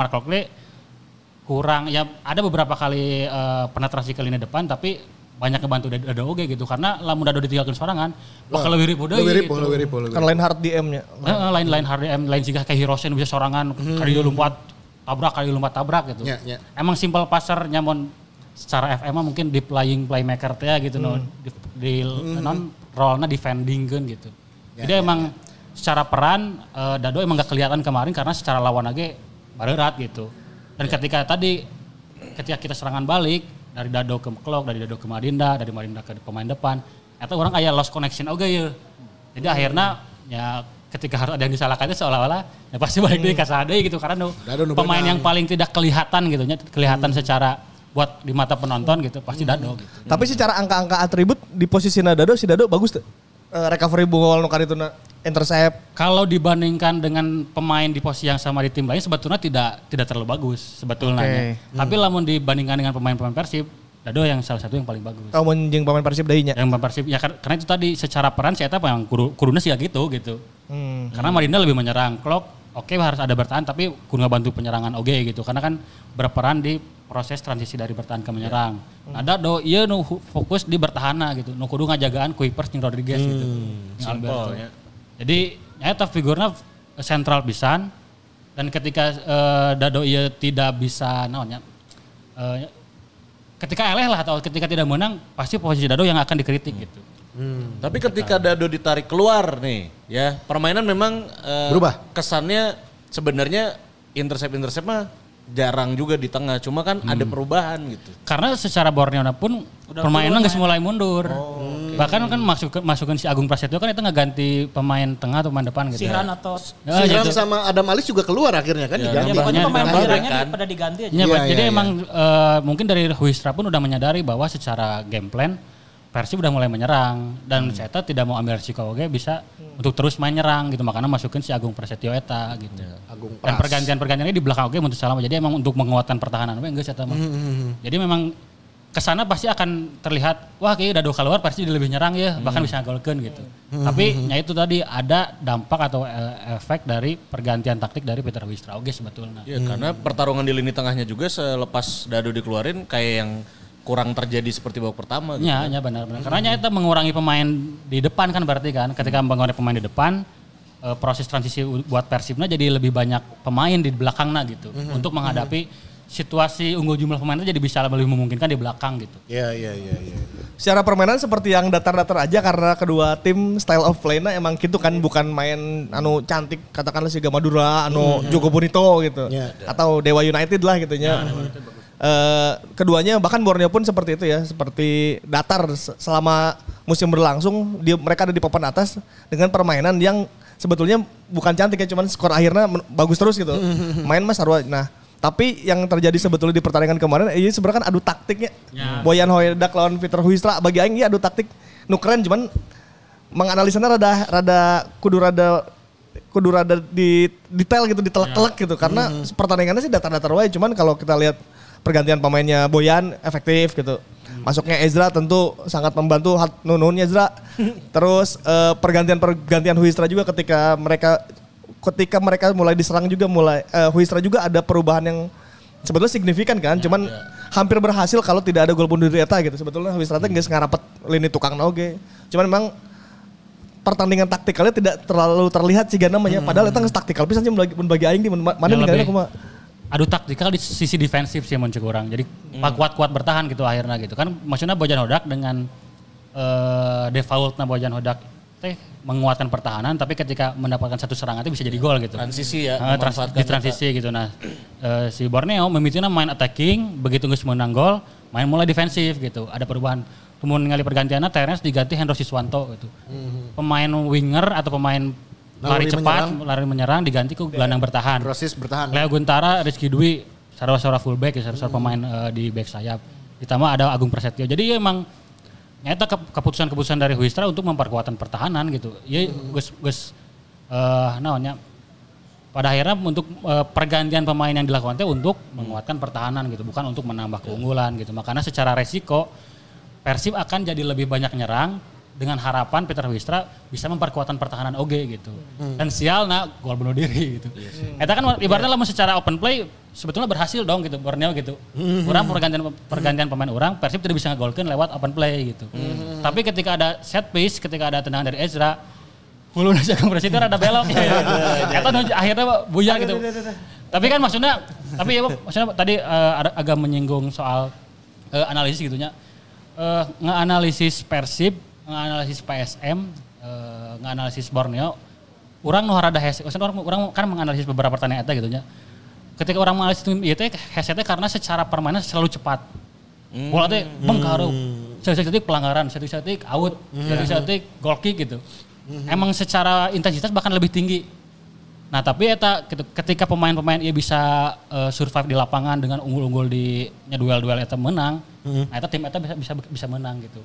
kurang ya ada beberapa kali penetrasi ke lini depan tapi banyak ngebantu Dado oge gitu karena lamun Dado ditinggalkeun sorangan bakal lebih ribu deui gitu. Kan lain hard DM-nya. Lain hard DM, lain jika kayak Hirose bisa sorangan kali lompat tabrak gitu. Emang simple passer nyamun secara FM mungkin di playmaker teh gitu di role-nya defending-keun gitu. Jadi emang secara peran Dado emang gak kelihatan kemarin karena secara lawan aja barerat gitu. Dan ketika kita serangan balik dari Dado ke Klok, dari Dado ke Madinda, dari Madinda ke pemain depan, atau orang kayak lost connection ya. Jadi akhirnya ya ketika harus ada yang disalahkan itu seolah-olah ya pasti balik deui ka sadeu gitu karena pemain yang paling tidak kelihatan gitu kelihatan secara buat di mata penonton gitu pasti Dado gitu. Tapi secara angka-angka atribut di posisi Dado si Dado bagus tuh. Recovery ball nu karituna intercept. Kalau dibandingkan dengan pemain di posisi yang sama di tim lain sebetulnya tidak terlalu bagus sebetulnya. Tapi lamun dibandingkan dengan pemain-pemain Persib, Dado yang salah satu yang paling bagus. Kalau menjing pemain Persib deui nya. Yang pemain Persib ya karena itu tadi secara peran si eta yang kuduna sih gitu. Karena Madinda lebih menyerang, Klok oke harus ada bertahan tapi kudu bantu penyerangan oge gitu karena kan berperan di proses transisi dari bertahan ke menyerang. Nah, Dado ieu nu fokus di bertahanna gitu. Nu kudu ngajagaan Kuipers jeung Rodriguez gitu. Alberto. Jadi eta figurna sentral pisan dan ketika Dado ieu tidak bisa naonnya ketika eleh lah atau ketika tidak menang pasti posisi Dado yang akan dikritik gitu. Tapi ketika Dado ditarik keluar nih, ya permainan memang berubah. Kesannya sebenarnya intercept mah jarang juga di tengah, cuma kan ada perubahan gitu. Karena secara Borneo pun permainan nggak mulai mundur. Bahkan kan masukin si Agung Prasetyo kan itu ngeganti pemain tengah atau pemain depan gitu. Si Ranatos. Siram sama Adam Alis juga keluar akhirnya kan diganti. Pokoknya pemain akhirnya pada diganti aja. Jadi emang mungkin dari Huistra pun udah menyadari bahwa secara game plan Persib udah mulai menyerang dan Eta tidak mau ambil risiko oke bisa untuk terus main nyerang gitu makanya masukin si Agung Prasetyo Eta gitu. Dan pergantian ini di belakang oke untuk salah jadi emang untuk menguatkan pertahanan enggak Eta mah. Jadi memang kesana pasti akan terlihat wah kayaknya Dado keluar pasti lebih nyerang ya bahkan bisa ngagolkeun gitu. Tapi ya itu tadi ada dampak atau efek dari pergantian taktik dari Peter Huistra oke sebetulnya. Ya karena pertarungan di lini tengahnya juga selepas Dado dikeluarin kayak yang kurang terjadi seperti babak pertama gitu. Ya benar. Karena itu mengurangi pemain di depan kan berarti kan. Ketika mengurangi pemain di depan, proses transisi buat Persibnya jadi lebih banyak pemain di belakangnya gitu. Untuk menghadapi situasi unggul jumlah pemainnya jadi bisa lebih memungkinkan di belakang gitu. Iya. Secara permainan seperti yang datar-datar aja karena kedua tim style of play-nya emang gitu kan bukan main anu cantik katakanlah si Gamadura, anu Jogo Bonito gitu. Atau Dewa United lah gitu nya. Keduanya bahkan Borneo pun seperti itu ya, seperti datar selama musim berlangsung mereka ada di papan atas dengan permainan yang sebetulnya bukan cantik ya, cuman skor akhirnya bagus terus gitu. Main mas sarua. Nah, tapi yang terjadi sebetulnya di pertandingan kemarin ini sebenarnya kan adu taktiknya. Boyan Hoyedak lawan Peter Huistra bagi aing adu taktik nu keren cuman menganalisanya kudu rada di detail gitu, ditelek-telek gitu karena pertandingannya sih datar-datar wae cuman kalau kita lihat pergantian pemainnya Boyan efektif gitu. Masuknya Ezra tentu sangat membantu nununnya Ezra. Terus pergantian Huistra juga ketika mereka mulai diserang juga Huistra juga ada perubahan yang sebetulnya signifikan kan. Cuman hampir berhasil kalau tidak ada gol bunuh diri eta gitu. Sebetulnya Huistra teh geus ngarapet lini tukang oge. Cuman memang pertandingan taktikalnya tidak terlalu terlihat sih namanya. Padahal eta geus taktikal pisan mun bagi aing di mana ninggalina kumaha. Adu taktikal di sisi defensif sih muncul kurang. Jadi kuat-kuat bertahan gitu akhirnya gitu. Kan maksudnya Bojan Hodak dengan defaultnya Bojan Hodak teh menguatkan pertahanan tapi ketika mendapatkan satu serangan itu bisa jadi gol gitu. Transisi ya. Di transisi gitu. Nah si Borneo memimpinnya main attacking begitu geus menang gol main mulai defensif gitu. Ada perubahan. Kemudian ngali pergantiannya Terence diganti Hendro Siswanto gitu. Pemain winger atau pemain lari cepat, lari menyerang diganti ke gelandang bertahan. Proses bertahan. Leo Guntara, Rizky Dwi, sarwa-sarwa fullback, sarwa pemain di back sayap. Ditambah ada Agung Prasetyo. Jadi ya emang nyata keputusan-keputusan dari Huistra untuk memperkuatkan pertahanan gitu. Ya gus namanya pada akhirnya untuk pergantian pemain yang dilakukan itu untuk menguatkan pertahanan gitu, bukan untuk menambah keunggulan gitu. Makanya secara resiko Persib akan jadi lebih banyak nyerang dengan harapan Peter Huistra bisa memperkuatkan pertahanan oge gitu. Dan sialna gol bunuh diri gitu. Eta kan ibaratnya lamun secara open play sebetulnya berhasil dong gitu Borneo gitu. Orang pergantian pemain orang Persib tidak bisa ngegolkeun lewat open play gitu. Tapi ketika ada set piece, ketika ada tendangan dari Ezra, huluna Agung Prasetyo rada belok. Eta akhirnya buyar gitu. Tapi kan maksudnya tadi agak menyinggung soal analisis gitunya. Ngeanalisis Persib, nganalisis PSM, nganalisis Borneo, orang nu rada hese, orang kan menganalisis beberapa pertandingan eta gitu nya. Ketika orang menganalisis tim ieu teh hese teh karena secara permainan selalu cepat. Bola teh mengkarup. Satu-satu pelanggaran, satu-satu out, satu-satu goal kick gitu. Emang secara intensitas bahkan lebih tinggi. Nah, tapi eta ketika pemain-pemain ieu bisa survive di lapangan dengan unggul-unggul di duel-duel eta menang, nah eta tim eta bisa menang gitu.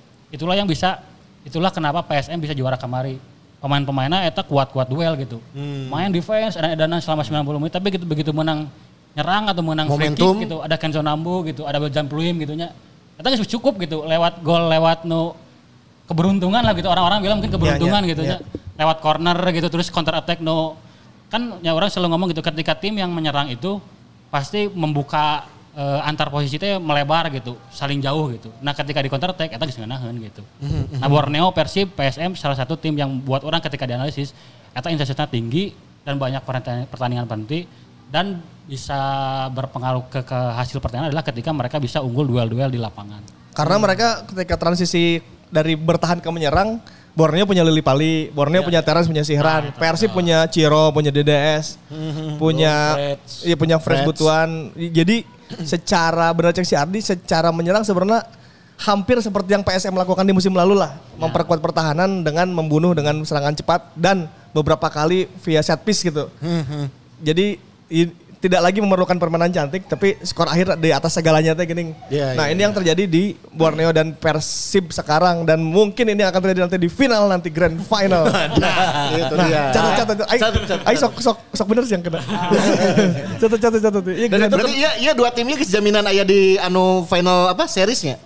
Itulah kenapa PSM bisa juara kamari. Pemain-pemainnya eta kuat-kuat duel gitu. Main defense, edan-edanan selama 90 menit, tapi begitu menang nyerang atau menang free kick gitu, ada Kenzo Nambu gitu, ada Jam Pluim gitu nya. Eta geus cukup gitu, lewat gol, lewat keberuntungan lah gitu. Orang-orang bilang mungkin keberuntungan gitu nya. Lewat corner gitu, terus counter attack kan ya orang selalu ngomong gitu ketika tim yang menyerang itu pasti membuka antar posisi itu melebar gitu, saling jauh gitu. Nah ketika di counter attack, eta disenganaheun gitu. Nah Borneo, Persib, PSM salah satu tim yang buat orang ketika dianalisis, eta intensitasnya tinggi dan banyak pertandingan penting dan bisa berpengaruh ke hasil pertandingan adalah ketika mereka bisa unggul duel-duel di lapangan. Karena mereka ketika transisi dari bertahan ke menyerang, Borneo punya Lili Pali, Borneo punya Terence, punya Sihran, Persib punya Ciro, punya DDS, punya Fresh Butuan. Jadi secara benar cek si Ardi, secara menyerang sebenarnya hampir seperti yang PSM lakukan di musim lalu lah. Memperkuat pertahanan dengan membunuh dengan serangan cepat dan beberapa kali via set piece gitu. Jadi tidak lagi memerlukan permainan cantik, tapi skor akhir di atas segalanya teh gini. Ini yang terjadi di Borneo dan Persib sekarang dan mungkin ini akan terjadi nanti di final nanti grand final. Itu dia. Catat. Ai sok bener sih yang kena. Catat. Berarti iya dua timnya jaminan aya di final seriesnya.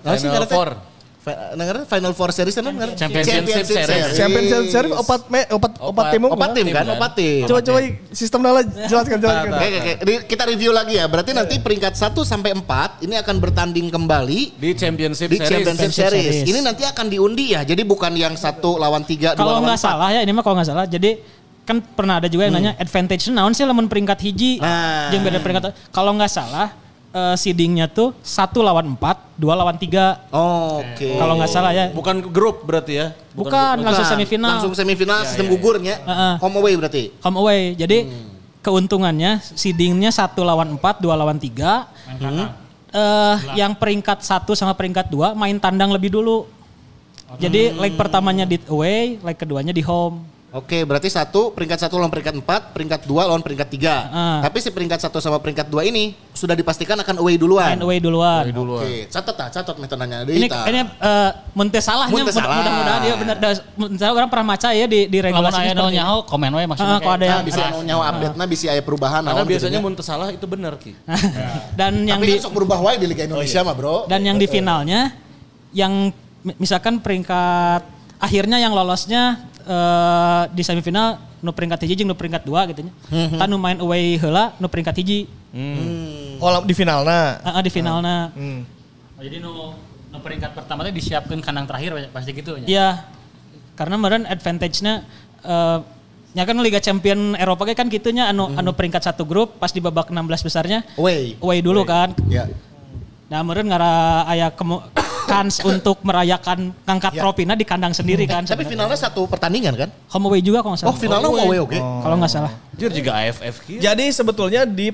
Final Four series kan Championship series. Championship series opat tim kan. Coba sistem nala jelaskan. Oke. Kita review lagi ya. Berarti nanti peringkat 1 sampai 4 ini akan bertanding kembali di Championship series. Ini nanti akan diundi ya. Jadi bukan yang 1 lawan 3, 2 lawan 4. Kalau nggak salah ya, ini mah kalau nggak salah. Jadi kan pernah ada juga yang nanya advantage naon sih lamun peringkat hiji jeung beda peringkat. Kalau nggak salah seedingnya tuh 1 lawan 4, 2 lawan 3. Oke. Kalau nggak salah ya. Bukan grup berarti ya? Bukan. Langsung semifinal. Langsung semifinal sistem gugurnya. Home away berarti. Home away. Jadi keuntungannya seedingnya 1 lawan 4, 2 lawan 3. Yang peringkat 1 sama peringkat 2 main tandang lebih dulu. Jadi leg pertamanya di away, leg keduanya di home. Oke, berarti peringkat 1 lawan peringkat 4, peringkat 2 lawan peringkat 3. Tapi si peringkat 1 sama peringkat 2 ini sudah dipastikan akan away duluan. Main away duluan. Oke, catat metonanya. Ini mun teu salahnya mudah-mudahan dia benar. Saya orang pernah maca ya di regulasi. Kalau aya nu nyaho komen we maksudnya. Kalau ada yang bisa nyaho update-na bisa aya perubahan. Karena biasanya mun teu salah itu benar Ki. Dan yang tapi kan sok berubah wae di Liga Indonesia mah, Bro. Dan yang di finalnya yang misalkan peringkat akhirnya yang lolosnya di semifinal nu peringkat hiji jeung nu peringkat 2 gitu nya. Tanu main away heula nu peringkat hiji. Oh di finalna. Di finalna. Jadi nu peringkat pertama teh disiapkeun kandang terakhir pasti gitu nya. Iya. Karena meureun advantage-na nya kan Liga Champion Eropa kan gitunya anu peringkat 1 grup pas di babak 16 besarnya away dulu kan. Iya. Nah meureun ngara aya kans untuk merayakan ngangkat trofina di kandang sendiri kan. Tapi finalnya 1 pertandingan kan? Home away juga kalau nggak salah. Oh finalnya home away oke. Kalau nggak salah. Jujur juga AFF gitu. Jadi sebetulnya di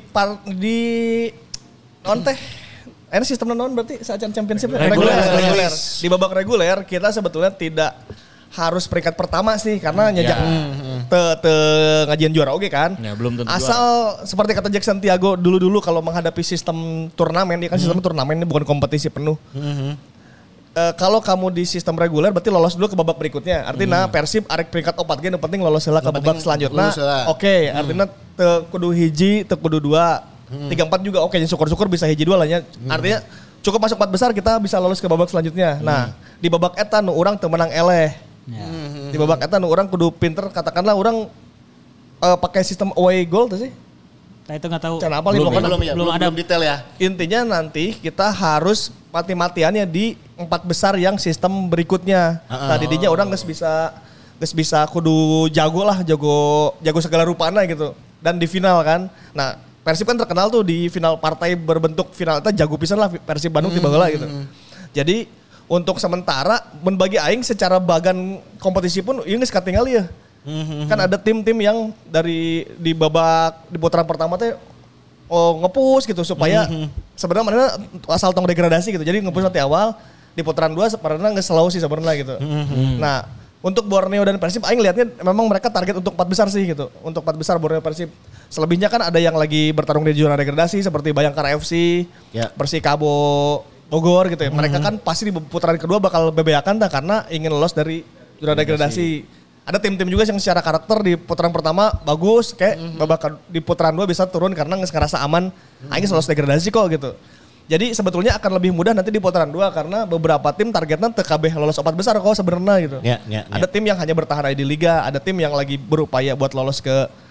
non teh ini sistem non berarti saat championship reguler. Di babak reguler kita sebetulnya tidak harus peringkat pertama sih karena nyajak ngajian juara oke kan. Ya, belum tentu. Asal seperti kata Jackson Tiago dulu kalau menghadapi sistem turnamen, dia kan sistem turnamen ini bukan kompetisi penuh. Kalau kamu di sistem reguler berarti lolos dulu ke babak berikutnya. Artinya Persib arek peringkat 4 gen yang penting lolos ke babak selanjutnya. Oke, artinya teu kudu hiji, teu kudu 2. 3-4 juga oke, syukur-syukur bisa hiji 2 lah nya. Artinya cukup masuk 4 besar kita bisa lolos ke babak selanjutnya. Nah, di babak eta nu urang teu menang eleh. Di babak eta nu urang kudu pinter, katakanlah urang pakai sistem away goal tuh sih. Nah itu nggak tahu. Kenapa belum ada detail ya. Intinya nanti kita harus mati-matiannya di 4 besar yang sistem berikutnya. Tadinya orang nggak bisa kudu jago segala rupana gitu. Dan di final kan. Nah Persib kan terkenal tuh di final partai berbentuk final itu jago pisan lah Persib Bandung tiba heula gitu. Jadi untuk sementara membagi aing secara bagan kompetisi pun ini geus katingal ya. Kan ada tim-tim yang di babak di putaran pertama teh nge-push gitu supaya sebenarnya mana asal tong degradasi gitu. Jadi nge-push nanti awal di putaran 2 sebenarnya nge-slow sih sebenarnya gitu. Nah, untuk Borneo dan Persib aing lihatnya memang mereka target untuk 4 besar sih gitu. Untuk 4 besar Borneo Persib. Selebihnya kan ada yang lagi bertarung di zona degradasi seperti Bayangkara FC, Persikabo Bogor gitu ya. Mereka kan pasti di putaran kedua bakal bebeakan karena ingin lolos dari zona degradasi. Ada tim-tim juga yang secara karakter di putaran pertama bagus, kayak babak di putaran 2 bisa turun karena ngerasa aman, aing lolos degradasi kok gitu. Jadi sebetulnya akan lebih mudah nanti di putaran 2 karena beberapa tim targetnya TKB lolos 4 besar kok sebenarnya gitu. Ada tim yang hanya bertahan di liga, ada tim yang lagi berupaya buat lolos ke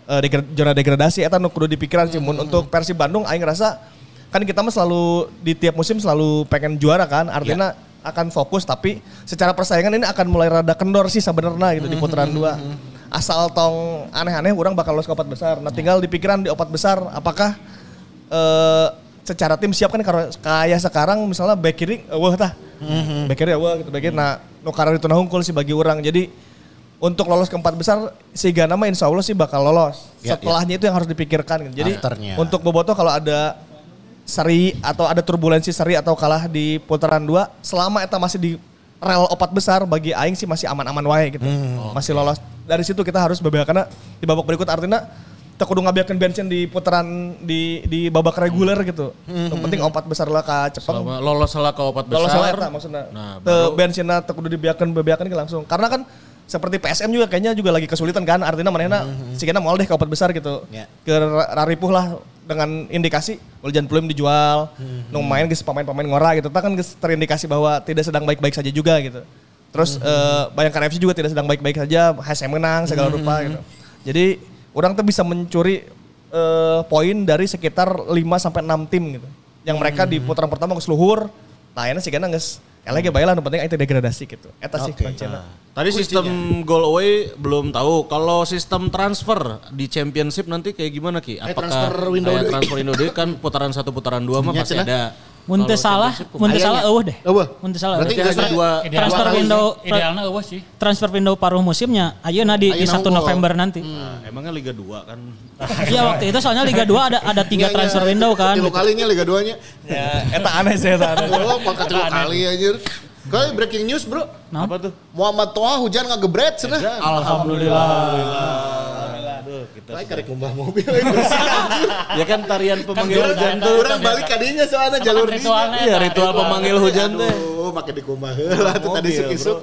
zona degradasi eta nu kudu dipikiran sih. Mun untuk Persib Bandung aing ngerasa kan kita mah selalu di tiap musim selalu pengen juara kan, artinya akan fokus tapi secara persaingan ini akan mulai rada kendor sih sebenarnya gitu di putaran 2. Asal tong aneh-aneh orang bakal lolos ke 4 besar. Nah tinggal di pikiran di 4 besar apakah secara tim siap kan kayak sekarang misalnya back kiri back kiri gitu back kiri. Nah nu karena itu hungkul sih bagi orang. Jadi untuk lolos ke 4 besar si Gana mah insya Allah sih bakal lolos. Setelahnya itu yang harus dipikirkan gitu. Jadi untuk Bobotoh kalau ada seri atau ada turbulensi seri atau kalah di putaran 2 selama eta masih di rel 4 besar bagi aing sih masih aman-aman wae gitu. Masih lolos. Dari situ kita harus karena di babak berikut artinya kita kudu ngabiakeun bensin di putaran di babak reguler gitu. Yang penting 4 besar lah ka cepeng. Lolos lah ke 4 besar. Lolos lah eta maksudna. Nah, bensinna teu kudu dibiakeun langsung. Karena kan seperti PSM juga kayaknya juga lagi kesulitan kan. Artinya manehna sigana moal deh ke 4 besar gitu. Ke raripuh lah dengan indikasi Uljan Pluim dijual, nu main geus pemain-pemain ngora gitu. Kan geus terindikasi bahwa tidak sedang baik-baik saja juga gitu. Terus Bayangkara FC juga tidak sedang baik-baik saja, HSM menang segala rupa gitu. Jadi orang tuh bisa mencuri poin dari sekitar 5 sampai 6 tim gitu. Yang mereka di putaran pertama geus luhur, nah ayeuna sigana geus elege bae lah nu penting itu degradasi gitu. Eta sih kuncinya. Tadi sistem goal away belum tahu. Kalau sistem transfer di championship nanti kayak gimana Ki? Apakah transfer window day kan putaran 1 putaran 2 mah pasti ada. Mun teu salah eueuh deh. Mun teu salah. Berarti ada 2 transfer window idealna eueuh sih. Transfer window paruh musimnya ayeuna di 1 November nanti. Emangnya Liga 2 kan. Iya waktu itu soalnya Liga 2 ada 3 transfer window kan. 3 kalinya Liga 2-nya. Ya, eta aneh sih eta. Oh, maka 3 kali anjir. Kali breaking news, Bro. Apa tuh? Muhammad Toha hujan ngagebret cenah. Alhamdulillah. Baik karek ngumbah mobil. Ya kan tarian pemanggil hujan tuh. Urang balik kadinya soalnya jalur di. Iya, ritual pemanggil hujan teh. Oh, make dikumbah heula tuh tadi isuk-isuk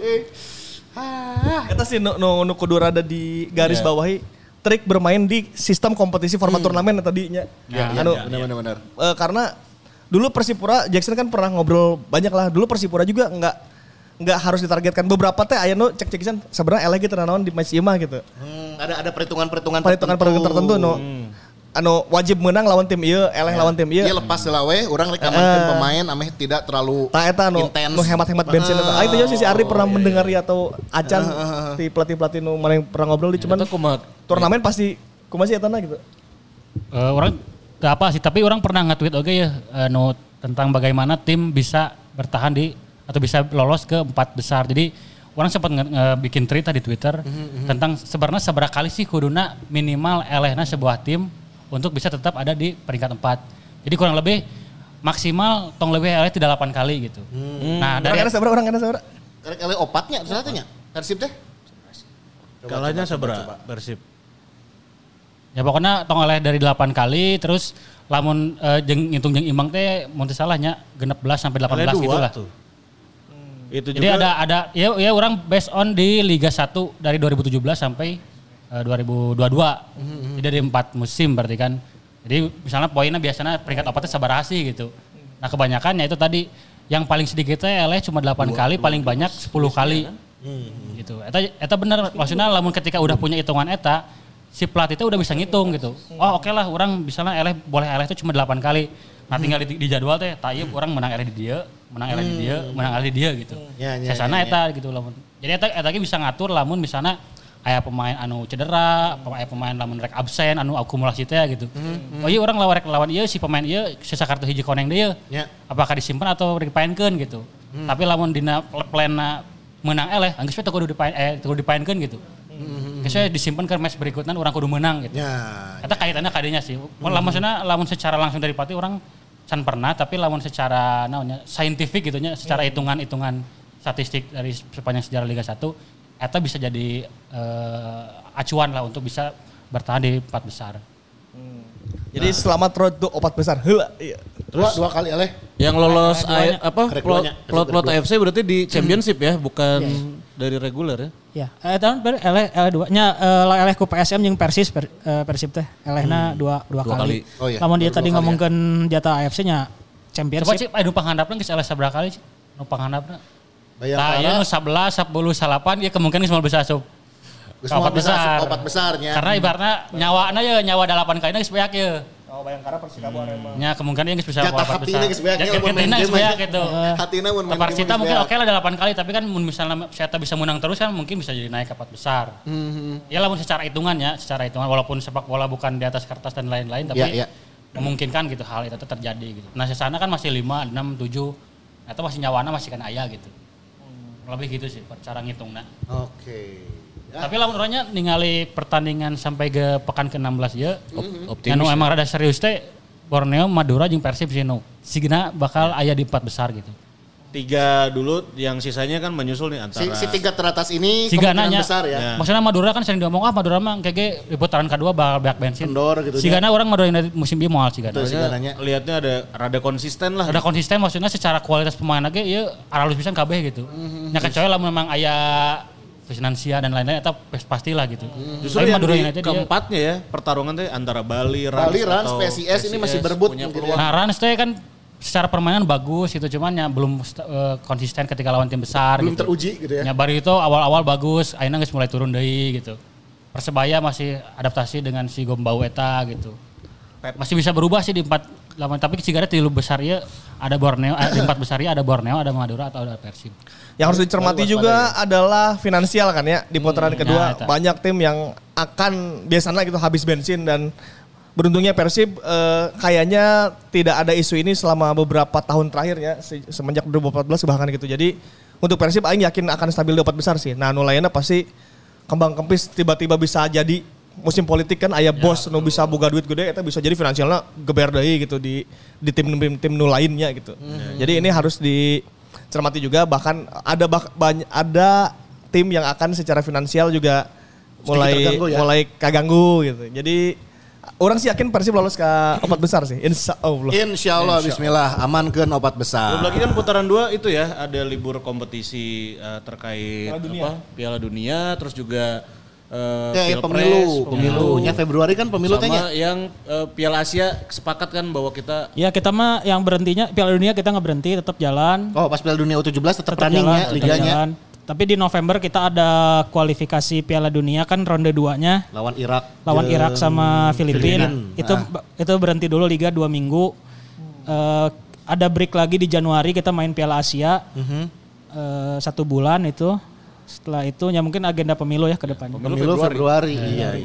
Eta sih nu kudu rada di garis bawahi trik bermain di sistem kompetisi format turnamen tadinya. Benar. Karena dulu Persipura Jackson kan pernah ngobrol banyak lah. Dulu Persipura juga nggak harus ditargetkan beberapa teh aya nu cek-cekisan sebenarnya eleh gitu naon di match ieu mah gitu. Ada perhitungan tertentu anu wajib menang lawan tim ieu, eleh lawan tim ieu. Iya lepas heula we urang rek amankeun pemain ameh tidak terlalu eta nu hemat-hemat bensin eta. Itu ya si Ardi pernah mendengar atau acan di pelatih-pelatih nu mana yang pernah ngobrol cuman turnamen pasti kumaha sih etana gitu. Orang gak apa sih, tapi orang pernah nge-tweet oke ya tentang bagaimana tim bisa bertahan atau bisa lolos ke 4 besar. Jadi orang sempat bikin tweet di Twitter tentang sebenarnya seberapa kali sih kuduna minimal elehna sebuah tim untuk bisa tetap ada di peringkat 4. Jadi kurang lebih maksimal tong lebih eleh 8 kali gitu. Nah, dari orang kena saudara. Karek eleh opatnya ternyata nya. Persib teh. Kalahnya seberapa Persib? Ya pokoknya tong eleh dari 8 kali terus lamun ngitung jeung imbang teh mun teu salahnya 16 sampai 18 gitu lah. Itu juga. Jadi ada ya orang based on di Liga 1 dari 2017 sampai 2022. Jadi dari 4 musim berarti kan. Jadi misalnya poinnya biasanya peringkat 4 sabaraha sih gitu. Nah kebanyakannya itu tadi yang paling sedikitnya eleh cuma 8 kali, paling banyak 10 kali. Gitu. Eta bener maksudnya lamun ketika udah punya hitungan eta si pelatih itu udah bisa ngitung gitu. Oh oke lah orang misalnya boleh eleh itu cuma 8 kali. Nah tinggal di jadwal teh tayep orang menang eleh di dia, menang eleh di dia, menang eleh di dia gitu. Sesana eta gitu lamun. Jadi eta bisa ngatur lamun misalnya aya pemain anu cedera, aya pemain lamun rek absen anu akumulasi teh gitu. Oh iya orang lawan ieu si pemain ieu sisa kartu hiji koneng deui. Apakah disimpan atau dipaenkeun gitu. Tapi lamun dina planna menang eleh geus teh kudu dipaenkeun gitu. Biasanya disimpan ke match berikutnya orang kudu menang gitu. Eta kaitannya kadenya sih. Lamun secara langsung dari pelatih orang can pernah, tapi lamun secara saintifik gitu nya, secara hitungan statistik dari sepanjang sejarah Liga 1, eta bisa jadi acuan lah untuk bisa bertahan di 4 besar. Jadi selamat road to 4 besar heula. Terus 2 kali eleh. Yang lolos plot AFC berarti di championship ya, bukan dari reguler ya. Ya, tahun eleh 2 nya eleh ku PSM jeung Persib teh elehna 2 kali. Oh iya. Lamun dia tadi ngomongkeun jatah AFC nya championship. Coba Cip, nu panghandapna geus eleh sabaraha kali? Nu panghandapna. Bayangkara. Tah ieu nu 11, 10, 8 ya kemungkinan semua bisa asup. Opat besarnya. Karena ibaratnya nyawa 8 kali geus beak ya. Oh, Bayangkara Persikabo Arema. Ya kemungkinan dia bisa Jatah opat hatinya besar. geus beak nya Hatina geus beak gitu. Hatina mun main Persita mungkin oke lah 8 kali tapi kan misalnya Persita bisa menang terus kan mungkin bisa jadi naik ke 4 besar. Ya lamun secara hitungan walaupun sepak bola bukan di atas kertas dan lain-lain tapi memungkinkan gitu hal itu terjadi gitu. Nah sesana kan masih 5, 6, 7 atau masih nyawana masih kan aya gitu. Lebih gitu sih cara ngitungna. Oke. Tapi lamun orangnya ningali pertandingan sampai ke pekan ke-16 ya. Optimis. Anu emang rada serius teh Borneo, Madura jeung Persib sih sigina bakal aya di 4 besar gitu. 3 dulu yang sisanya kan menyusul nih antara si 3 teratas ini kemungkinan besar ya. Maksudnya Madura kan sering diomong Madura mah kayak di putaran kedua bakal banyak bensin. Kendor gitu. Sigana orang Madura United musim ieu moal sigana. Lihatnya ada rada konsisten lah. Ada konsisten maksudnya secara kualitas pemain lagi ieu aralus pisan kabeh gitu. Nya kecuali lamun memang aya finansial dan lain-lain atau pastilah gitu. Justru yang Madura United keempatnya ya pertarungan teh antara Bali, Rans, PSIS ini masih berebut. Nah Rans teh kan secara permainan bagus gitu cuman ya belum konsisten ketika lawan tim besar. Belum gitu. teruji gitu ya. Ya Bari itu awal-awal bagus, akhirnya geus mulai turun deui gitu. Persebaya masih adaptasi dengan si Gombau eta gitu. Masih bisa berubah sih di 4 lawan tapi sigara di besar ya ada Borneo di 4 besar ya ada Borneo, ada Madura atau ada Persib. Yang harus dicermati juga adalah finansial kan ya di putaran kedua banyak tim yang akan biasanya gitu habis bensin dan beruntungnya Persib kayaknya tidak ada isu ini selama beberapa tahun terakhir ya semenjak 2014 bahkan gitu. Jadi untuk Persib aing yakin akan stabil di 4 besar sih. Nah nu lainnya pasti kembang kempis tiba-tiba bisa jadi musim politik kan aya bos nu bisa boga duit gede eta bisa jadi finansialnya geber deui gitu di tim nu lainnya gitu. Jadi ini harus dicermati juga bahkan ada tim yang akan secara finansial juga mulai kaganggu gitu. Jadi orang sih yakin Persib lolos ke 4 besar sih. Insya Allah bismillah amankeun 4 besar. Belum lagi kan putaran 2 itu ya ada libur kompetisi terkait Piala Dunia terus juga pemilunya Februari kan pemilu tanya. Sama yang Piala Asia sepakat kan bahwa kita kita mah yang berhentinya Piala Dunia kita nggak berhenti tetap jalan. Oh pas Piala Dunia U17 tetap running ya liganya. Jalan. Tapi di November kita ada kualifikasi Piala Dunia kan ronde 2-nya. Lawan Irak sama Filipina. Itu berhenti dulu liga 2 minggu. Ada break lagi di Januari kita main Piala Asia. 1 bulan itu. Setelah itu ya mungkin agenda pemilu ya ke depannya. Pemilu Februari. Iya.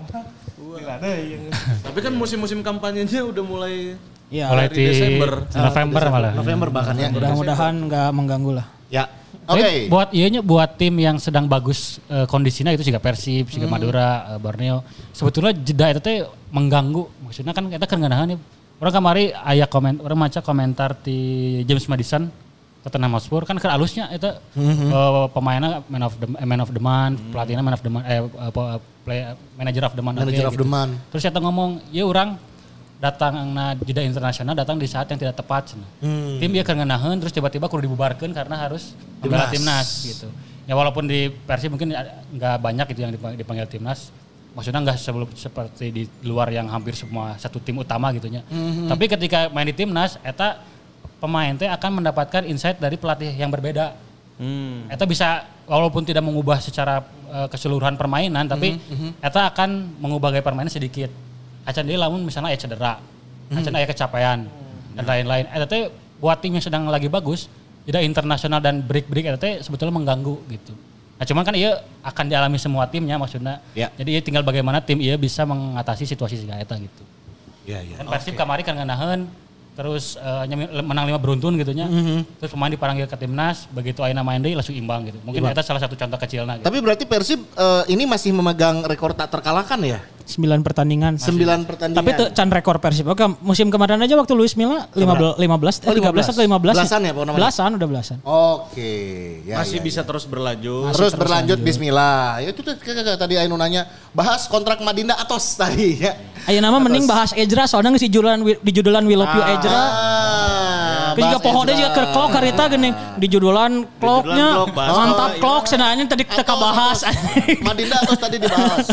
24. Tapi kan musim-musim kampanyenya udah mulai mulai di Desember. November malah. November bahkan ya. Mudah-mudahan nggak mengganggu lah. Ya. Oke. Buat tim yang sedang bagus kondisinya itu juga Persib, juga Madura, Borneo. Sebetulnya jeda itu teh mengganggu. Maksudnya kan kita kerengahan nih. Orang kemarin orang maca komentar di James Madison Tottenham Hotspur kan alusnya itu pemainnya man of the month, pelatihnya man of the month, manager of the month. Manager of the month. Terus kita ngomong, ya orang datang jeda internasional datang di saat yang tidak tepat. Tim dia kerengahan terus tiba-tiba kudu dibubarkan karena harus membela timnas gitu. Ya walaupun di Persib mungkin nggak banyak itu yang dipanggil timnas. Maksudnya nggak seperti di luar yang hampir semua satu tim utama gitunya. Tapi ketika main di timnas, eta pemain teh akan mendapatkan insight dari pelatih yang berbeda. Eta bisa walaupun tidak mengubah secara keseluruhan permainan, tapi eta akan mengubah gaya permainan sedikit. Acan dia lamun misalnya aya cedera, acan aya kecapean dan lain-lain. Eta teh buat tim yang sedang lagi bagus, tidak internasional dan break-break eta teh sebetulnya mengganggu gitu. Nah cuman kan ia akan dialami semua timnya maksudnya. Ya. Jadi tinggal bagaimana tim ia bisa mengatasi situasi kayak eta gitu. Kan Persib kamari kan nganaheun terus menang 5 beruntun gitu nya. Terus pemain dipanggil ke timnas, begitu ayeuna main deui langsung imbang gitu. Mungkin itu salah satu contoh kecilnya gitu. Tapi berarti Persib ini masih memegang rekor tak terkalahkan ya? 9 pertandingan. 9 pertandingan. Tapi itu can rekor Persib. Oke, musim kemarin aja waktu Luis Milla 13 atau 15. Belasan ya pokoknya. Belasan, udah belasan. Oke. Ya, masih bisa terus berlanjut. Terus berlanjut bismillah. Ya itu tadi Ainu nanya, bahas kontrak Madinda Atos tadi ya. Ayo nama mending bahas Ejra soalnya di judulan We Love You Ejra. Juga pohonnya juga ke klok karita gini di judulan kloknya. Mantap klok senanya tadi kita bahas. Madinda Atos tadi dibahas.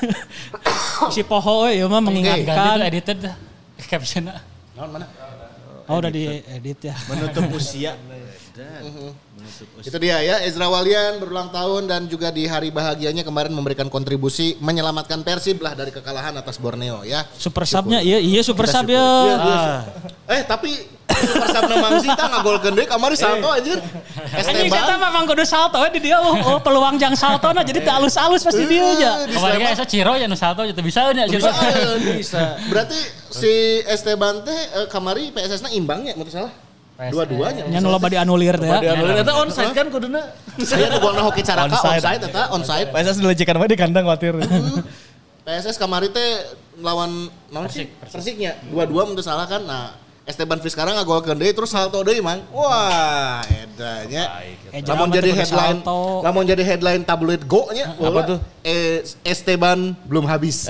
Si Poho ya mah mengingatkan edited caption. Mana? Oh udah diedit ya. Menutup usia. Itu dia ya, Ezra Walian berulang tahun dan juga di hari bahagianya kemarin memberikan kontribusi menyelamatkan Persib lah dari kekalahan atas Borneo ya. Super sub-nya iya super sub ya. Tapi super sub na Mangsi ta ngagolkeun deui kamari salto anjir. Anjing kita memang kudu salto di dia peluang jang salto na jadi teu alus-alus pasti dia aja. Kemarin asa Ciro ya nu salto teu bisa nya Ciro. Bisa. Berarti si Esteban teh kamari PSS-na imbang ya menurut salah. Dua-duanya. Nya nu loba dianulir teh ya. Dianulir eta onside kan kuduna. Saya nu golna hoki caraka onside eta onside. PSS dilecekan mah di kandang khawatir. PSS kamari teh lawan naon sih? Persiknya. Dua-dua menurut salah kan. Nah, Esteban Vizcarra ngagolkeun deui terus salto deui mang. Wah, edanya. Lamun jadi headline tabloid Go nya. Apa tuh? Esteban belum habis.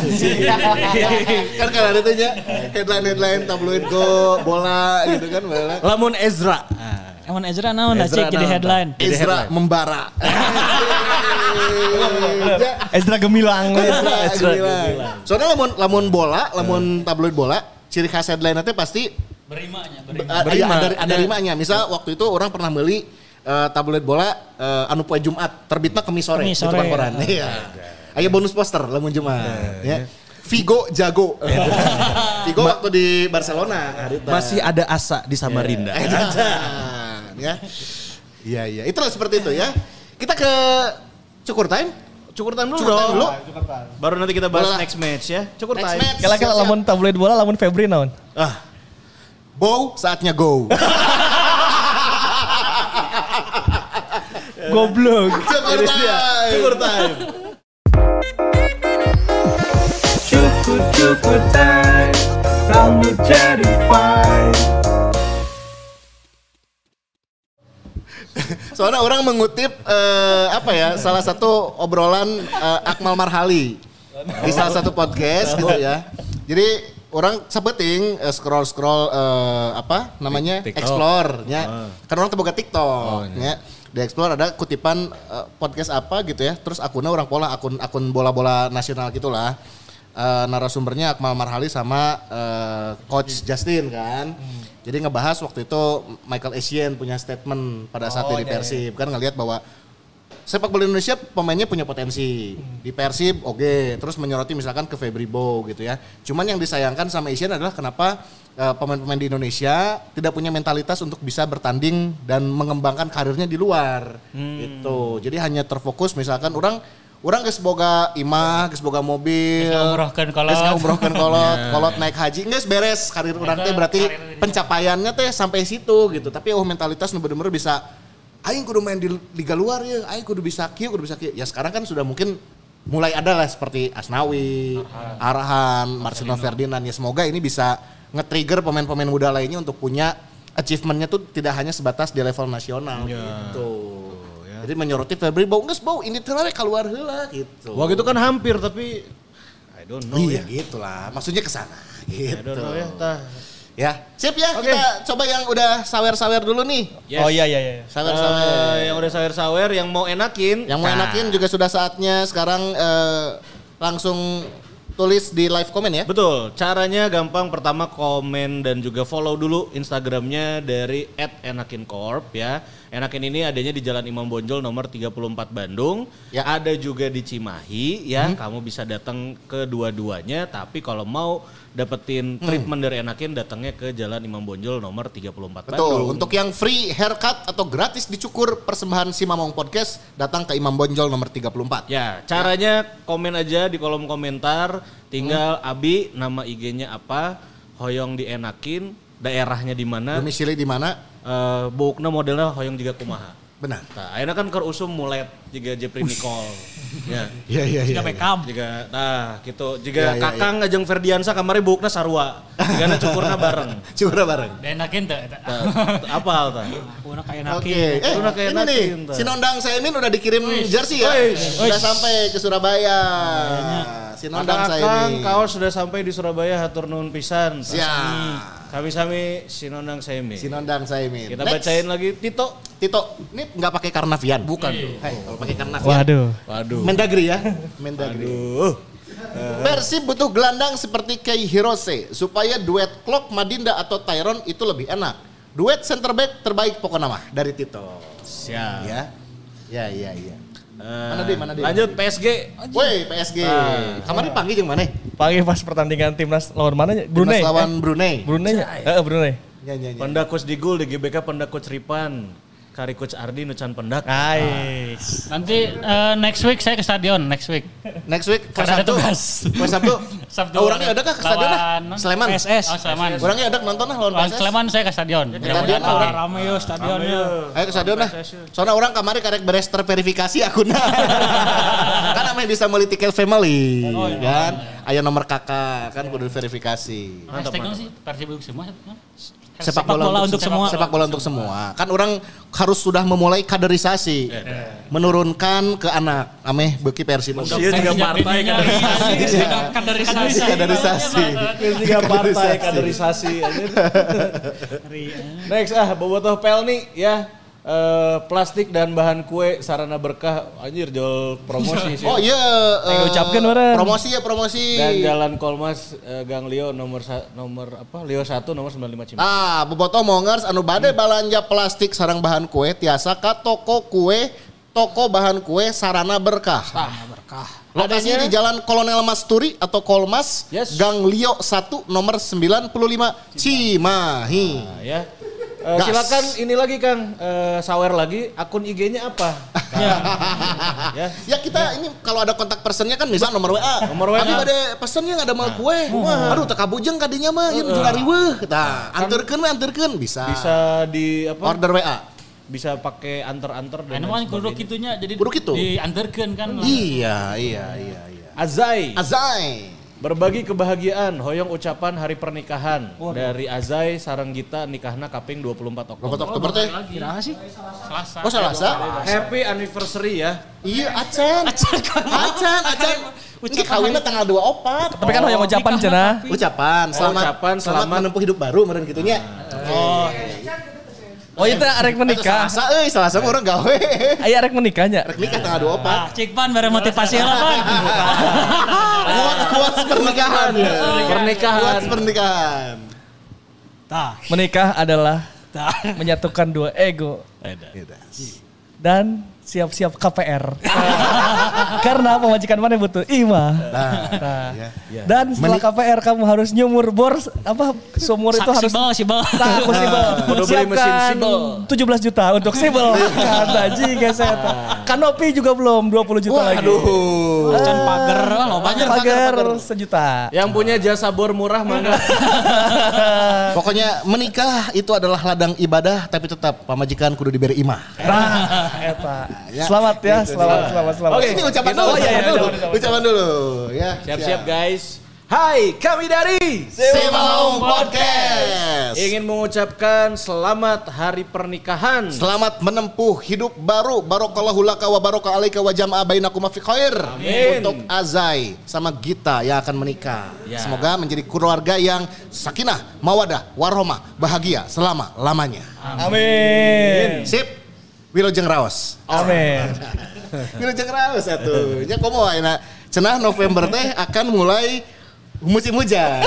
Kan kalau itu nya headline tabloid Go bola gitu kan. Lamun Ezra. Lamun Ezra naon da cik jadi headline. Ezra membara. Ezra Gemilang. Soalnya lamun bola, lamun tabloid bola ciri khas headline nanti pasti ada rimanya. Misal waktu itu orang pernah beli tabloid bola anu poe Jumat terbitna Kemis sore di depan koran. Iya. Aya bonus poster lamun Jumat ya. Vigo jago. Vigo waktu di Barcelona. Masih ada asa di Samarinda. Ya. Iya. Itulah seperti itu ya. Kita ke Cukur Time. Cukur time dulu dong. Baru nanti kita bahas next match ya. Cukur time. Kira-kira lamun tabloid bola, lamun Febri naon? Bow saatnya go. Goblok. Cukur time. Cukur time. Kamu jadi fine. Soalnya orang mengutip salah satu obrolan Akmal Marhali di salah satu podcast gitu ya. Jadi orang sepeting scroll explore nya. Kan orang terbuka TikTok ya. Di explore ada kutipan podcast apa gitu ya. Terus akunnya orang pola akun bola-bola nasional gitulah. Narasumbernya Akmal Marhali sama Coach Justin kan. Jadi ngebahas waktu itu Michael Essien punya statement pada saat di Persib. Kan ngelihat bahwa sepak bola Indonesia pemainnya punya potensi. Di Persib terus menyoroti misalkan ke Febri Bow gitu ya. Cuman yang disayangkan sama Essien adalah kenapa pemain-pemain di Indonesia tidak punya mentalitas untuk bisa bertanding dan mengembangkan karirnya di luar. Gitu. Jadi hanya terfokus misalkan orang geus boga imah, geus boga mobil, geus ngumrohkeun kolot naik haji, geus beres karir urang teh berarti pencapaiannya teh sampai situ gitu. Tapi mentalitas nu bener-bener bisa aing kudu main di liga luar ya, aing kudu bisa kieu. Ya sekarang kan sudah mungkin mulai ada lah seperti Asnawi, Arhan, Marcelo Ferdinand ya, semoga ini bisa nge-trigger pemain-pemain muda lainnya untuk punya achievementnya tuh tidak hanya sebatas di level nasional gitu. Jadi menyoroti Febri Bow, nges Bow ini terlalu keluar heula gitu. Wah gitu kan hampir tapi I don't know ya. Gitulah, maksudnya kesana gitu. I don't know ya. Ya, sip ya, kita coba yang udah sawer-sawer dulu nih. Yes. Oh iya. Sawer-sawer. Yang udah sawer-sawer, yang mau enakin. Yang mau enakin juga sudah saatnya sekarang langsung tulis di live komen ya. Betul, caranya gampang. Pertama komen dan juga follow dulu Instagramnya dari @enakincorp ya. Enakin ini adanya di Jalan Imam Bonjol nomor 34 Bandung. Ya. Ada juga di Cimahi ya. Kamu bisa datang ke dua-duanya. Tapi kalau mau dapetin treatment dari Enakin, datangnya ke Jalan Imam Bonjol nomor 34 Bandung. Betul, untuk yang free haircut atau gratis dicukur persembahan Si Mamong Podcast, datang ke Imam Bonjol nomor 34. Ya, caranya komen aja di kolom komentar. Tinggal Abi, nama IG-nya apa, hoyong dienakin, daerahnya di mana, domisili di mana. Bukna modelnya hoyong juga kumaha. Benar. Nah, akhirnya kan kerusum mulet juga Jeffrey Nicole. Ya. Iya. Juga Beckham. Juga gitu. Juga Kakang Ajeng Ferdiansa kamarnya bukna sarua. Jigana cukurna bareng. Enakin teh eta. Apal tah? Kuna kayak Enakin. Oke. Ini nih, Sinondang Saimin udah dikirim jersey ya. Sudah sampai ke Surabaya. Sinondang Saimin. Kaos sudah sampai di Surabaya, hatur nuhun pisan. Siap. Kami Sinondang Saimin. Kita bacain lagi Tito, ini nggak pakai Karnavian? Bukan. Kalau pakai Karnavian. Waduh. Mendagri ya. Persib butuh gelandang seperti Kei Hirose supaya duet Klok Madinda atau Tyron itu lebih enak. duet center back terbaik pokoknya mah dari Tito. Siap. Ya. Mana dia? Lanjut PSG. Woi, PSG. Kemarin panggil yang mana? Pagi pas pertandingan timnas lawan mana? Brunei. Timnas lawan Brunei. Brunei. Brunei. Ya. Pendak coach Digul di GBK pendak coach Ripan. Kari coach Ardi nucan pendak. Nice. Nanti next week saya ke stadion next week. Next week Karena ada tugas. Sabtu. Orangnya ada kah ke stadion lah? Sleman. PSS. Oh, Sleman. Orangnya ada nonton lah lawan Lawan PSS. Sleman saya ke stadion. Stadion orang. Rame yo stadionnya. Ayo ke stadion lah. Soalnya orang kemarin karek beres terverifikasi akunnya. Kan namanya bisa meuli tiket family. Kan. Aya nomor kakak kan kudu verifikasi. Hashtagnya sih Persib semua. Sepak bola untuk semua. Sepak bola untuk semua. Kan orang harus sudah memulai kaderisasi. Menurunkan ke anak. Ameh beuki Persib. Iya juga partai kaderisasi. Kaderisasi. Juga partai kaderisasi. Next bobotoh Pelni ya. Plastik dan bahan kue sarana berkah anjir jual promosi sih. Oh iya. Ucapkan orang. Promosi. Dan Jalan Kolmas Gang Leo nomor apa? Leo 1 nomor 95 Cimahi. Bobotoh mongers anu bade balanja plastik sarang bahan kue tiasa ka toko bahan kue sarana berkah. Lokasinya di Jalan Kolonel Masturi atau Kolmas, Gang Leo 1 nomor 95 Cimahi. Ya. Silakan ini lagi Kang, sawer lagi akun IG-nya apa? Ya kita ini kalau ada kontak personnya kan misal nomor WA. Tapi ada pesennya nggak ada mal kue. Aduh teka bujeng kadinya mah ieu jual riweuh. Tah, anterkeun bisa. Bisa di apa? Order WA. Bisa pakai anter-anter dan emang kudu kitunya jadi kitu. dianterkeun kan. Iya. Azai. Berbagi kebahagiaan, hoyong ucapan hari pernikahan dari Azai sareng Gita nikahna kaping 24 Oktober. 24 Oktober teh. Kiraha sih. Selasa. Oh Selasa. Happy anniversary ya. Iya acan. Ini kawinnya tanggal 24. Tapi kan yang ucapan cenah. Ucapan selamat menempuh hidup baru meureun kitunya. Oh itu arek menikah. Selasa mah orang gawe. Aya arek menikahnya. Arek nikah tanggal 24. Cik Pan bare motivasi lah Pan. Kuat pernikahan. Menikah adalah menyatukan dua ego. Dan siap-siap KPR. Karena pemajikan mana butuh imah. Dan setelah KPR kamu harus nyumur bor sumur itu harus sibel. Siapkan 17 juta untuk sibel. Kata guys saya. Kanopi juga belum 20 juta lagi. Aduh. Can pager lobanya pager 1 juta. Yang punya jasa bor murah mangga. Pokoknya menikah itu adalah ladang ibadah tapi tetap pamajikan kudu diberi imah. Eta. Selamat ya, selamat. Oke, ini ucapan dulu. Ucapan dulu ya. Siap-siap guys. Hai, kami dari Simamaung Podcast. Ingin mengucapkan selamat hari pernikahan. Selamat menempuh hidup baru. Barokallahu laka wa baraka alaika wa jama'a bainakum fi khair. Amin. Untuk Azai sama Gita yang akan menikah. Ya. Semoga menjadi keluarga yang sakinah, mawadah, warahmah, bahagia selama-lamanya. Amin. Sip. Wilujeng raos. Amin. Wilujeng raos atuh. Nya komo ayeuna cenah November teh akan mulai musim hujan.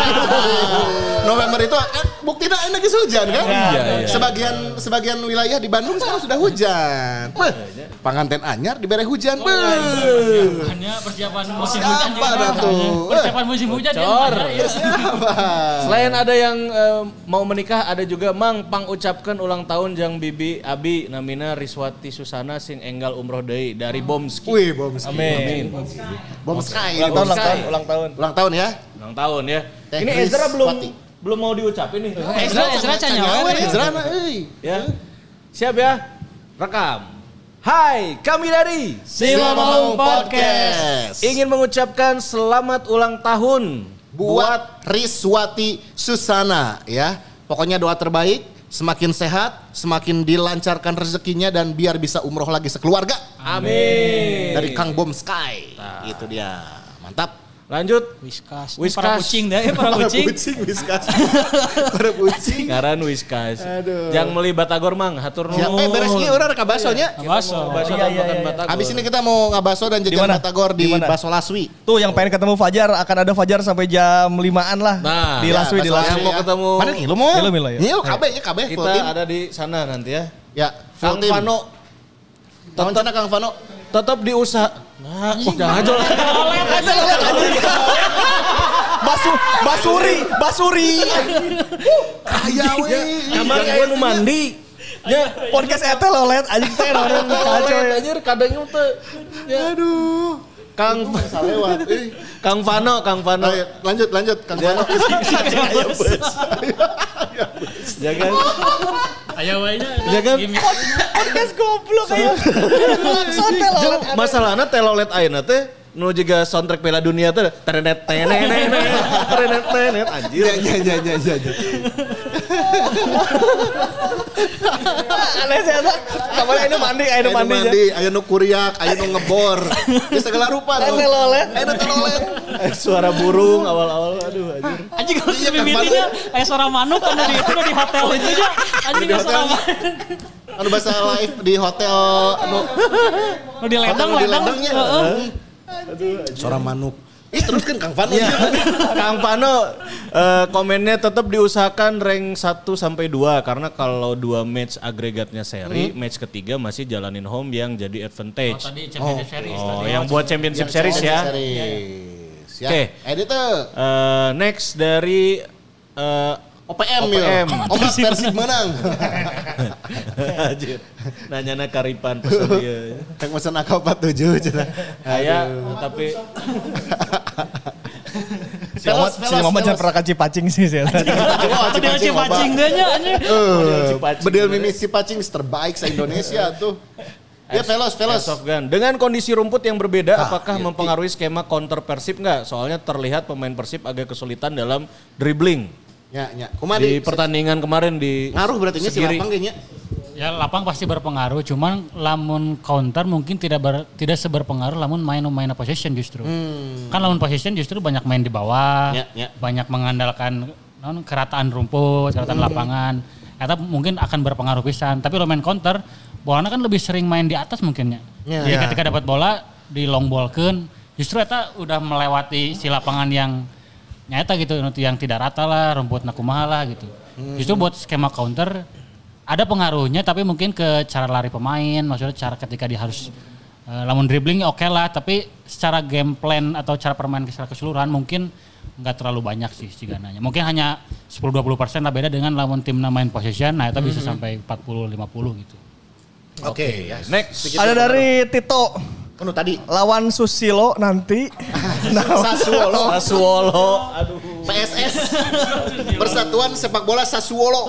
November itu buktinya enak geus hujan kan? Iya. Sebagian wilayah di Bandung sekarang sudah hujan. Panganten anyar dibere hujan. Persiapan musim hujan juga. Persiapan musim hujan ya. Selain ada yang mau menikah, ada juga Mang Pang ucapkan ulang tahun jang bibi abi namina Riswati Susana sing enggal umroh deui dari Bomski. Wih, Bomski. Amin. Bomski. Ulang tahun ya. Ulang tahun ya. Ini Ezra belum mau diucapin nih. Ezra cenyawa. Ezra ya. Siap ya. Rekam. Hai, kami dari Simamaung Podcast. Ingin mengucapkan selamat ulang tahun buat Riswati Susana ya. Pokoknya doa terbaik, semakin sehat, semakin dilancarkan rezekinya dan biar bisa umroh lagi sekeluarga. Amin. Dari Kang Bom Sky. Itu dia. Mantap. Lanjut. Whiskas. Whiskas. Para kucing deh, para kucing. Whiskas. Para kucing. Ngaran Whiskas. Aduh. Yang meli Batagor mang, hatur nuhun. Siapa beres ieu urang ka basonya? Baso. Baso dan makan Batagor. Habis ini kita mau ngabaso dan jajan Dimana? Batagor di Dimana? Baso Laswi. Tuh yang pengen ketemu Fajar akan ada Fajar sampai jam 5-an lah. Nah, di Laswi di Baso Laswi. Yang mau ketemu. Mana nih? Lu mau? Milo ya. Iya, KB full Kita team. ada di sana nanti ya. Ya, full Kang team. Vano Tahun cana Kang Vano. tetap diusaha. Nah, udah aja lah. Basuri. Aya we. Kamar aya nu mandi. Ya, Podcast eta lolet anjing teh orang kacau ya. anjir kadangnya teh. Ya. Aduh. Kang Salewat. Kang Vano. Ayo, lanjut Kang Vano. Ya kan? Ayo wainya. Ya kan? Podcast goblok kayak. Sotel lolet. Masalahna telolet ayeuna teh nu juga soundtrack Piala Dunia teh terenet anjir. Ya. Aneh sih eta. Kamar ini mandi, ayo mandi. Aya nu kuriak, aya nu ngebor. Di segala rupa. Ane lolet. Suara burung awal-awal aduh anjir. Anjing kalau di meetingnya kayak suara manuk kan di itu di hotel itu aja. Anjing kayak suara manuk. Anu bahasa live di hotel anu Di ledang. ledangnya. Heeh. Suara manuk. Teruskan Kang Vano. Kang Vano komennya tetap diusahakan rank 1 sampai 2 karena kalau 2 match agregatnya seri, match ketiga masih jalanin home yang jadi advantage. Tadi Championship Series. Oh, yang buat Championship Series ya. Oke. Editor. Next dari OPM. Ombak Persib menang. Anjir. Nanyana karipan pesan dia. Yang pesan AK47 cenah. Aya tapi Si Mama jangan pernah kaci pacing sih. Dia cipacing deh nya anjing. Bedil mimi si pacing terbaik se-Indonesia tuh. Ya Velos. Airsoft gun. Dengan kondisi rumput yang berbeda, apakah mempengaruhi skema counter Persib nggak? Soalnya terlihat pemain Persib agak kesulitan dalam dribbling. Ya. Di pertandingan kemarin di ngaruh berarti si Segiri. lapang kayaknya. Ya lapang pasti berpengaruh, cuman lamun counter mungkin tidak seberpengaruh lamun main possession justru. Kan lamun possession justru banyak main di bawah, banyak mengandalkan kerataan rumput, kerataan lapangan. Eta mungkin akan berpengaruh pisan, tapi lo main counter, bolanya kan lebih sering main di atas mungkinnya. Jadi ketika dapat bola di long ballkeun, justru eta udah melewati si lapangan yang nyata gitu, yang tidak rata lah, rumputna kumaha lah gitu. Justru buat skema counter ada pengaruhnya, tapi mungkin ke cara lari pemain, maksudnya cara ketika dia harus lamun dribbling oke lah, tapi secara game plan atau cara permain secara keseluruhan mungkin nggak terlalu banyak sih cigananya. Mungkin hanya 10-20% lah beda dengan lamun tim main possession, nah itu bisa sampai 40-50 gitu. Oke. Next. Ada dari Tito. Anu tadi Lawan Susilo nanti. Sassuolo. Aduh. PSS. Persatuan Sepak Bola Sassuolo.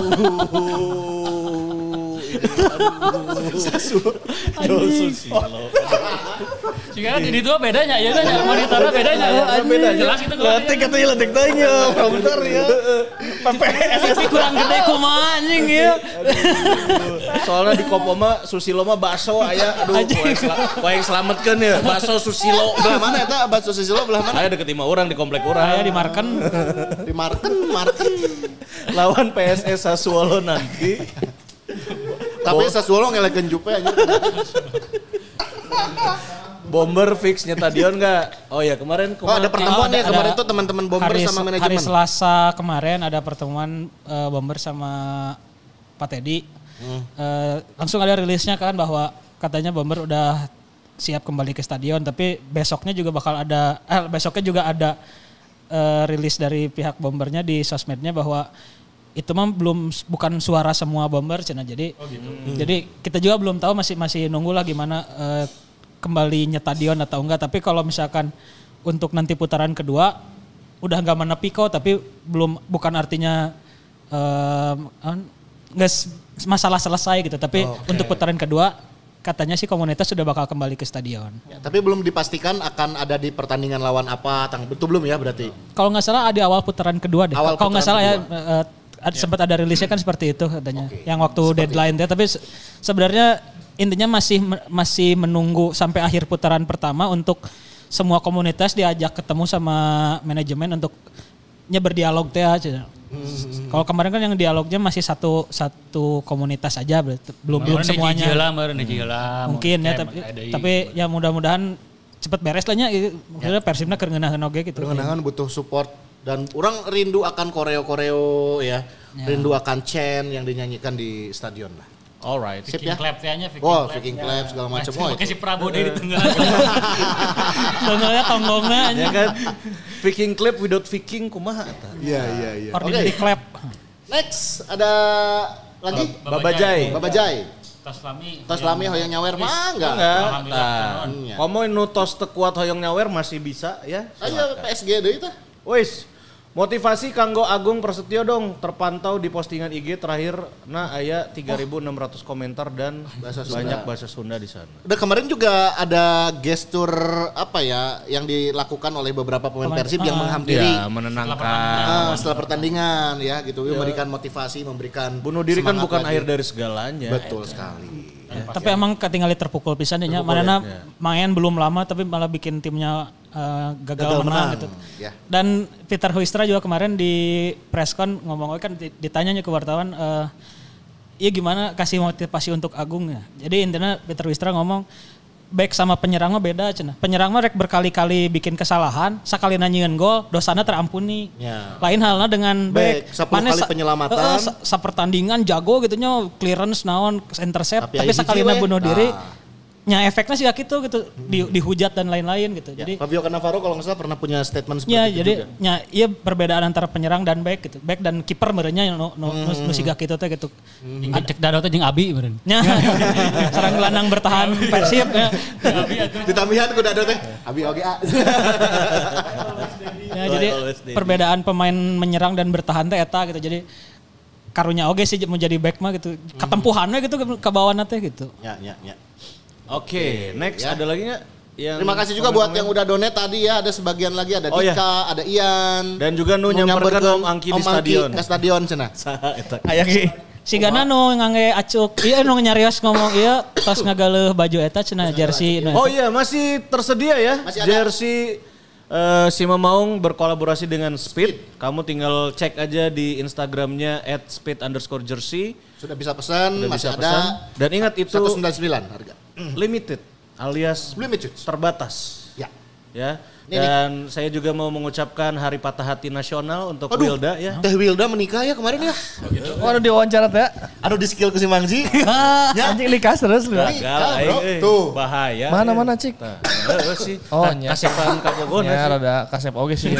Susilo. Jika di itu bedanya ya, monitornya bedanya. Jelas itu kalau Letik katanya letik tanya. Prompter ya. Tapi kurang gede kumaha anjing ya. Soalnya di Kopoma Susilo mah bakso aya aduh poe selametkeun ya bakso Susilo. Belah mana eta bakso Susilo belah mana? Aya deket imah urang di komplek urang. Aya di Marken. Di Marken. Lawan PSS Sassuolo nanti. Tapi Sassuolo ngelekeun Jupe aja. Bomber fix nyetadion enggak? Oh ya kemarin ada pertemuan ya kemarin tuh teman-teman Bomber sama manajemen. Hari Selasa kemarin ada pertemuan Bomber sama Pak Teddy. Langsung ada rilisnya kan bahwa katanya Bomber udah siap kembali ke stadion, tapi besoknya juga ada rilis dari pihak Bombernya di sosmednya bahwa itu mah bukan suara semua Bomber cenah. Jadi jadi kita juga belum tahu, masih nunggu lah gimana kembali nyetadion atau enggak. Tapi kalau misalkan untuk nanti putaran kedua udah enggak menepi kok, tapi bukan artinya enggak masalah selesai gitu. Tapi untuk putaran kedua katanya sih komunitas sudah bakal kembali ke stadion. Ya, tapi belum dipastikan akan ada di pertandingan lawan apa, itu belum ya berarti? Kalau nggak salah di awal putaran kedua deh. Kalau nggak salah ya sempat ada rilisnya kan seperti itu katanya. Yang waktu deadline dia, tapi sebenarnya intinya masih menunggu sampai akhir putaran pertama untuk semua komunitas diajak ketemu sama manajemen untuk berdialog teh aja. Kalau kemarin kan yang dialognya masih satu komunitas aja, belum semuanya. Mungkin ya, tapi ya mudah-mudahan cepet beres lah nya. Maksudnya Persibna keur ngeunaheun oge gitu. Ngeunaheun butuh support dan orang rindu akan koreo-koreo ya. Rindu akan chant yang dinyanyikan di stadion lah. Alright. Viking Clap tehnya, Viking Clap segala macam. Pakai si Prabowo dari tengah. Tengahnya tonggongnya aja. Ya kan? Viking Clap without Viking kumaha eta? Iya. Ordinary clap. Next ada lagi Babajai. Tos lami hoyong nyawer mah enggak. Ngomongin nu tos teu kuat hoyong nyawer masih bisa ya. Ayo PSG deui tah. Wis. Motivasi kanggo Agung Prasetyo dong, terpantau di postingan IG terakhir aya 3.600 komentar dan banyak bahasa Sunda di sana. Udah kemarin juga ada gestur apa ya yang dilakukan oleh beberapa pemain Persib yang menghampiri menenangkan setelah pertandingan ya gitu, memberikan motivasi, memberikan bunuh diri kan bukan akhir dari segalanya. Betul sekali. Tapi emang ketinggalan terpukul pisan nya, mana main belum lama tapi malah bikin timnya gagal menang gitu. Ya. Dan Peter Huistra juga kemarin di presscon ngomong kan ditanya ke wartawan, iya gimana kasih motivasi untuk Agung ya. Jadi intinya Peter Huistra ngomong back sama penyerang mah beda cenah. Penyerang mah rek berkali-kali bikin kesalahan, sakali nanyian gol, dosana terampuni. Ya. Lain halnya dengan back. 10 kali penyelamatan. Sapertandingan jago gitu nya, clearance naon, intercept, tapi sakalina bunuh diri. Nya efeknya sih gitu dihujat dan lain-lain gitu. Ya, jadi Fabio Cannavaro kalau nggak salah pernah punya statement seperti ya, itu jadi, juga. Ya, iya perbedaan antara penyerang dan back gitu. Back dan kiper merenya nu siga kitu teh gitu. Cek dado teh jeung Abi meureun. Nya. Sareng gelandang bertahan Persib ya. Ditambihan ku dado teh. Abi oge a. Ya, jadi perbedaan pemain menyerang dan bertahan teh eta gitu. Jadi karunya oge sih mau jadi back mah gitu. Ketempuhannya gitu ke bawah teh gitu. Ya. Oke, next ya. Ada lagi nggak? Terima kasih juga buat yang udah donate tadi ya. Ada sebagian lagi, ada Dika, ada Ian. Dan juga nu nyamperkan Om Angki di stadion. Ke stadion cenah. Aya ki. Sigana nu ngangge acuk. Ieu nu nyarios ngomong ieu tos ngagaleuh baju eta cenah jersey. Oh iya, masih tersedia ya. Masih jersey Sima Maung berkolaborasi dengan Speed. Kamu tinggal cek aja di Instagramnya @speed_jersey. Sudah bisa pesan, masih ada. Pesan. Dan ingat itu 199 harga. Limited alias terbatas. Ya. Dan saya juga mau mengucapkan Hari Patah Hati Nasional untuk Wilda ya. Teh Wilda menikah ya kemarin ya. Waduh diwawancara teh. Aduh di skill ke si Mangji. Anjing likas terus lu. Gagal, tuh bahaya. Mana Cik? Sih. Oh, kasepan kabogon. Ya rada kasep oge sih.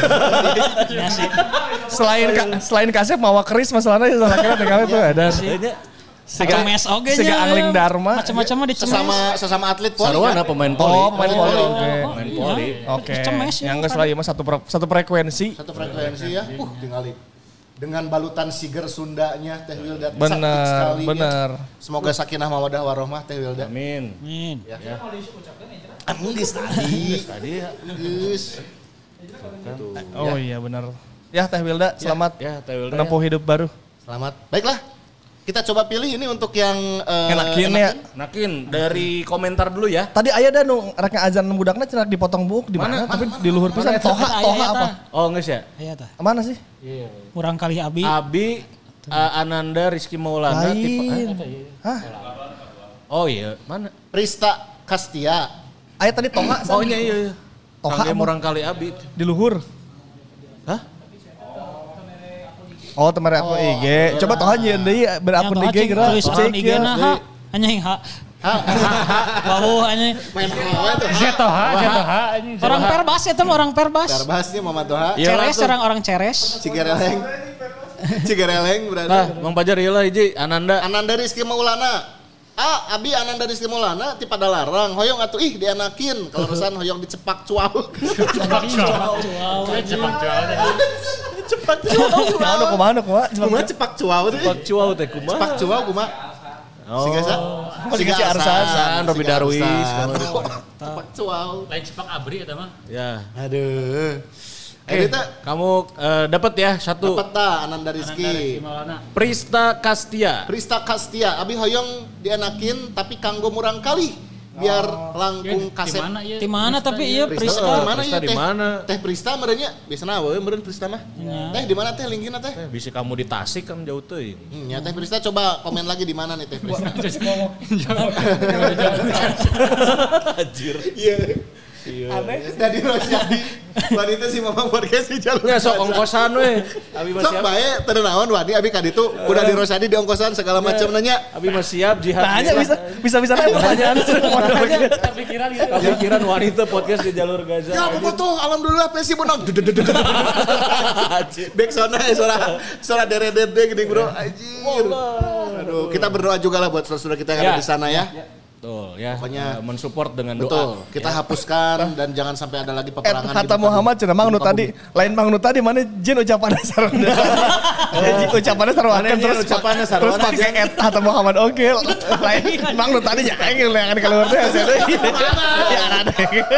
Selain kasep mawa keris masalahnya sama kira tinggal itu ada. Cemes oge nya. Siga Angling Dharma. Macam-macam mah dicemes. Sesama atlet poli. Sarwana pemain poli. Oh, pemain poli. Pemain poli. Oke. Cemes ya. Yang geus lagi mah satu frekuensi. Satu frekuensi ya. Tinggal dengan balutan siger Sundanya Teh Wilda. Bener. Semoga sakinah mawadah warohmah Teh Wilda. Amin. Ya. Geus tadi. Geus. Oh iya benar. Ya Teh Wilda, selamat. Ya Teh Wilda. Menempuh hidup baru. Selamat. Baiklah. Kita coba pilih ini untuk yang enakin dari komentar dulu ya. Tadi aya da nu rek azan budakna cenah dipotong buuk di mana tapi di luhur pisan toha apa? Oh geus ya? Aya tah. Mana sih? Iya. Kurang kali Abi. Ananda Rizky Maulana Hah? Oh iya, mana? Prista Kastia. Aya tadi toha. Oh iya. Toha murang kali Abi di luhur. Hah? Oh teman aku IG. Coba toh aja deui berakun IG geura. Tulis IG na ha. Anjing ha. Wah anjing. Main apa tuh? Jetoha anjing. Orang Perbas eta mah orang Perbas. Perbasnya Mama Toha. Ceres orang Ceres. Cigereleng berarti. Nah, Mang Pajar ieu lah hiji Ananda Rizky Maulana. Abi Ananda Rizky Maulana ti pada larang hoyong atuh dianakin kalau urusan hoyong dicepak cuau. Cepak cuau. Cepak cuau. Kumaha? Cepak cuau teh. Cepak cuau teh kumaha? Cepak cuau kumaha? Siga Arsan, Robi Darwis. Cepak cuau. Lain cepak abri eta mah. Ya. Aduh. Kamu dapat ya satu. Dapat Ananda Rizky. Prista Kastia. Abi hoyong dienakin tapi kanggo murang kali. biar langkung kasep. Di mana tapi iya Prista. Di mana Prista ya di mana? Teh Prista merenya biasana we meureun Prista mah. Teh di mana teh linkina teh? Bisa kamu di Tasik kan jauh teuing. Ya Teh Prista coba komen lagi di mana nih Teh Prista. Anjir. Iya. Aneh. Dari Rosyadi. Wanita si Mama podcast di jalur. Ya sok ongkosan we. Abi mah Sok siap. bae teu naon Wadi abi ka ditu udah di Rosyadi di ongkosan segala macam nanya. Abi mah siap jihad. Tanya bisa pertanyaan. Kepikiran gitu. Kepikiran wanita podcast di jalur Gaza. Ya bobotoh alhamdulillah pesi menang. Back sana suara dere-dere gini bro. Anjir. Aduh, kita berdoa juga lah buat saudara-saudara kita yang ada di sana ya. Betul ya. Pokoknya mensupport dengan betul. doa. Kita hapuskan dan jangan sampai ada lagi peperangan. Hatta Muhammad cenah Mang nu tadi, lain Mang nu tadi mana jin ucapannya sarwana. Jadi ucapannya sarwana terus pakai Hatta Muhammad oke. Lain Mang nu tadi nya aing yang keluar teh hasilnya. Ya ada.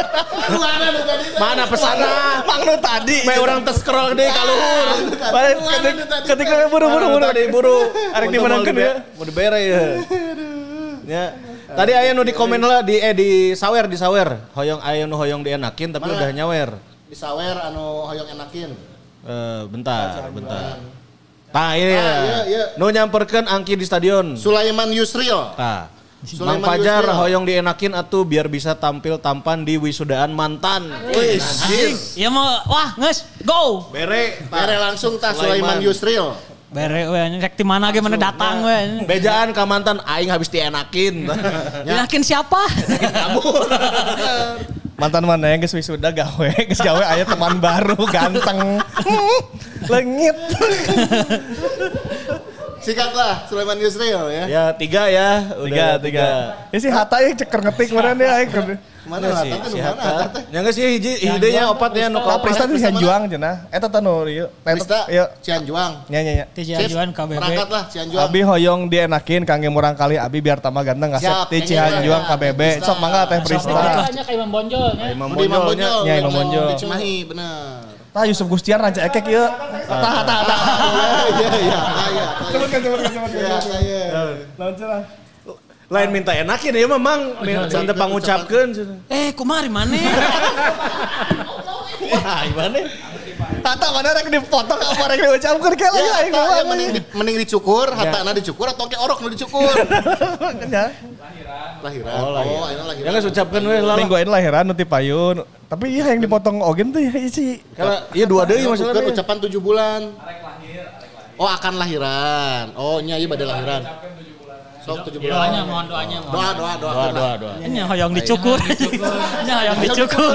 Mana pesana? Mang nu tadi. Bae orang tes scroll deui ka luhur. Ketika buru. Arek dimenangkeun ya. Mau dibere ya. Ya. Tadi aya nu di komen lah di sawer hoyong aya nu hoyong dienakin tapi udah nyawer. Di sawer anu hoyong enakin. Bentar. Tah ini ya. Nu nyamperkeun Angki di stadion. Sulaiman Yusril. Tah. Mang Fajar hoyong dienakin atuh biar bisa tampil tampan di wisudaan mantan. Wih, Iya mau wah geus go. Bere langsung tah Sulaiman Yusril. Bere we rek di mana ge mana datang we. Bejaan ka mantan aing habis dienakin. Yakin siapa? Mantan mana yang geus wisuda gawe aya teman baru ganteng. Lengit. Sikatlah Sulaiman Yusril ya. Ya 3 ya. Udah 3. Ya si Hatta yang ceker ngetik kemarin ya. Mana lah tante nu mana tante? Ya enggak sih hiji idenya opatnya nu Kalau Prista di Cianjuang cenah. Eta teh nu ieu. Prista Ieu Cianjuang. nya. Ti Cianjuang KBB. Berangkat lah Cianjuang. Abi hoyong dienakin kangge murang kali abi biar tambah ganteng ngasep ti Cianjuang KBB. Sok mangga Teh Prista. Hanya kayak Imam Bonjol nya. Imam Bonjol. Ya, Imam Bonjol. Di Cimahi bener. Tah Yusuf Gustian ranca ekek ieu. Tah. Iya. Sebutkan. Iya. Naon cenah? Lain minta enakin ya memang minta pangucapkeun. Kumari maneh. Wah, gimana? Hatta mana rek dipotong apa rek diucapkeun ke lagi aing Ya mending dicukur, hatana dicukur atau ke orok nu dicukur. Lahiran. Oh, ayeuna lahiran. Ya geus ucapkeun we lah. Minggu ini lahiran nu ti payun. Tapi iya yang dipotong ogen tuh ya isi. Karena iya 2 deui masalahnya. Ucapan 7 bulan. Oh, akan lahiran. Oh, nya ieu bade lahiran. Sok 7 bulan. Doanya. Doa. Nya hoyong dicukur. Nya hoyong dicukur.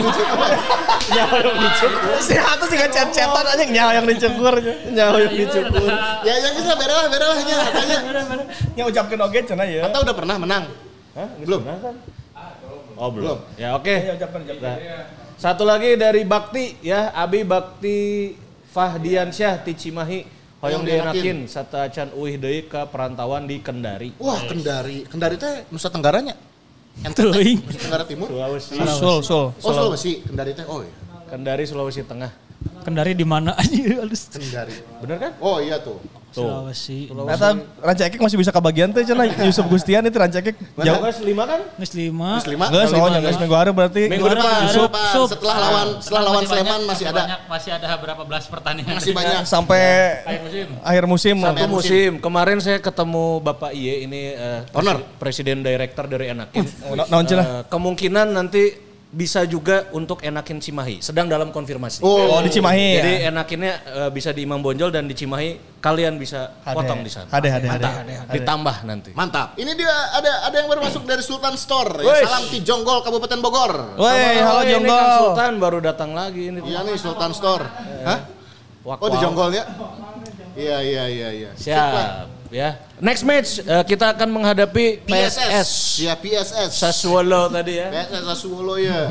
Si Hatta sih kan chat-chatan aja nyawa yang dicukur. Nyawa yang dicukur. Ya yang geus bere lah nya katanya. Nya ucapkeun oge cenah ya. Atau udah pernah menang? Hah? Belum. Oh, belum. Ya oke. Nah, satu lagi dari Bakti ya, Abi Bakti Fahdiansyah ti Cimahi. Hoyong dienakin satacan uih deui ka perantauan di Kendari. Wah, Kendari teh Nusa Tenggaranya. Teuing. Nusa Tenggara Timur. Sulawesi. Sul. Oh, Sulawesi. Kendari teh. Oh iya. Kendari Sulawesi Tengah. Kendari di mana aja halus. Kendari. Bener kan? Oh iya tuh. Sulawesi. Ternyata ranca ekek masih bisa kebagian tuh cenah Yusuf Gustian itu ranca ekek. Jauh guys 5 kan? Geus 5. Geus soalnya geus minggu hari berarti. Minggu depan Sup. setelah lawan Sleman masih ada. Masih ada berapa belas pertandingan. Masih banyak. Sampai akhir musim. Satu musim. Kemarin saya ketemu Bapak Iye ini presiden director dari Enakin. Naon cenah? Kemungkinan nanti bisa juga untuk Enakin Cimahi. Sedang dalam konfirmasi. Oh, di Cimahi. Jadi Enakinnya bisa di Imam Bonjol dan di Cimahi kalian bisa potong di sana. Ada. Ditambah nanti. Mantap. Ini dia ada yang baru masuk dari Sultan Store. Ya, salam ti Jonggol Kabupaten Bogor. Woi, halo Ini Jonggol. Kang Sultan baru datang lagi ini. Iya nih Sultan Store. Hah? Oh di Jonggolnya? Iya. Siap. Ya. Next match kita akan menghadapi PSS. Ya PSS. Sassuolo tadi ya. PSS Sassuolo ya.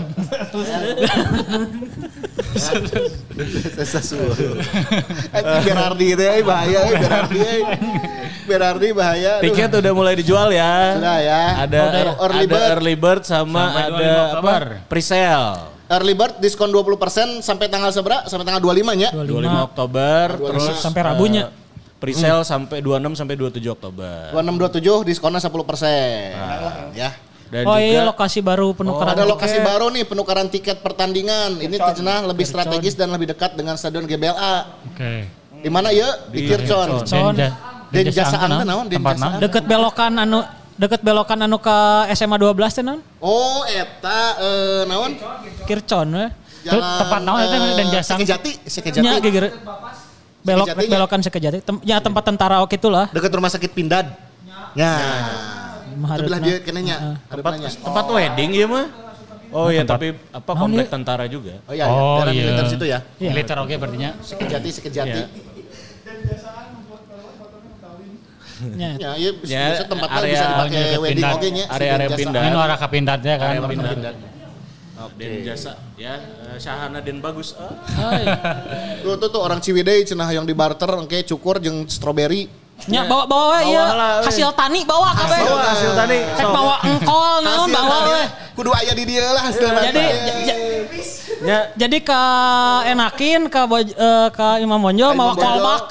Sassuolo. Berardi itu bahaya Berardi bahaya. Tiket udah mulai dijual ya. Sudah ya. Ada early bird sama ada apa? Presale. Early bird diskon 20% sampai tanggal seberapa? Sampai tanggal 25-nya. 25 Oktober terus sampai Rabunya. Presale sampai 26 sampai 27 Oktober. 26 27 diskonnya 10%. Ya. Dan oh juga, iya lokasi baru penukaran Ada tiket. lokasi baru nih penukaran tiket pertandingan. Ini cenah lebih strategis dan lebih dekat dengan stadion GBLA. Oke. Di mana ya? Di Kircon. Dan jasaan teh naon? Den jasaan. Deket belokan anu ke SMA 12 teh naon? Oh, eta naon? Kircon we. Tempat naon eta dan jasa. Sekejati. Nya geger belokan Sekejati. Ya tempat tentara oke itulah. Dekat rumah sakit Pindad. Ya. Sebelah dia kenanya. tempat wedding ya mah. Oh iya, tapi apa komplek tentara juga. Oh iya, daerah militer situ ya. Militer oke berartinya. Sekejati. Ya. Ya, bisa tempatnya bisa dipakai wedding oke nya. Area pindah. Ini arah ke Pindadnya kan. Den jasa ya, Syahana Den bagus. Tuh orang Ciwidey cenah yang di barter engke cukur jeung strawberry. Nya bawa ya hasil tani bawa kabeh. Hasil tani. Cek bawa engkol naon bawa we. Kudu aya di dieu lah hasilna. Jadi ke Enakin ke Imam Bonjol mau kolbak.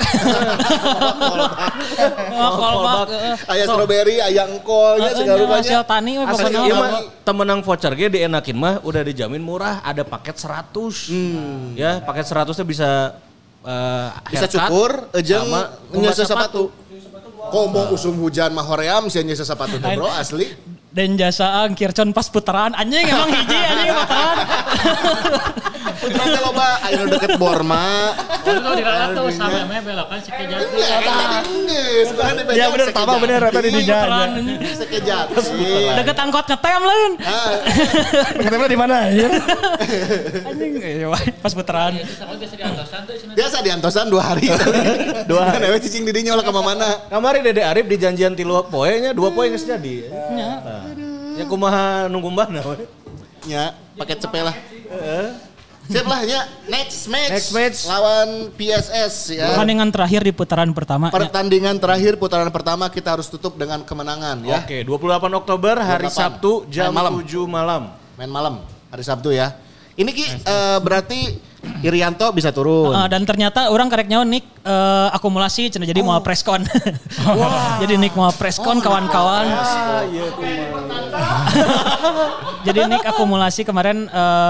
Kolbak. Aya strawberry, aya engkolnya segala rupanya. Hasil tani we Asli pokoknya. ieu mah temenang voucher ge di Enakin mah udah dijamin murah, ada paket 100. Ya, paket 100 teh bisa bisa cukur jeung nyeuseut sepatu. Komo usum hujan mah hoream sia nyeuseut sepatu teh bro asli. Dan jasa Kircon pas putaran anjing emang hiji anjing putaran. Putaran teh loba aya nu deket Borma. Itu di Ratu sama belokan Sekejati. Ya bener, tama bener tadi di jalan. Sekejati. Deket angkot ngetem lain. Ketemunya di mana ya? Anjing pas putaran. Biasa di Antosan 2 hari. 2 hari. Newe cicing di dinya ulah ka mana. Kamari Dede Arif di janjian 3 poe nya 2 poe geus jadi. Ya kumaha nunggu mbahna we. Nya paket cepet lah. Siap lah ya, next match Next lawan PSS ya. Pertandingan terakhir di putaran pertama. Pertandingan terakhir putaran pertama kita harus tutup dengan kemenangan ya. Oke, 28 Oktober hari 28. Sabtu jam Malam. 7 malam. Main malam hari Sabtu ya. Ini Ki berarti Irianto bisa turun. Dan ternyata orang karek nyawa Nick akumulasi cenah jadi mau preskon. Jadi Nick mau preskon kawan-kawan. Jadi Nick akumulasi kemarin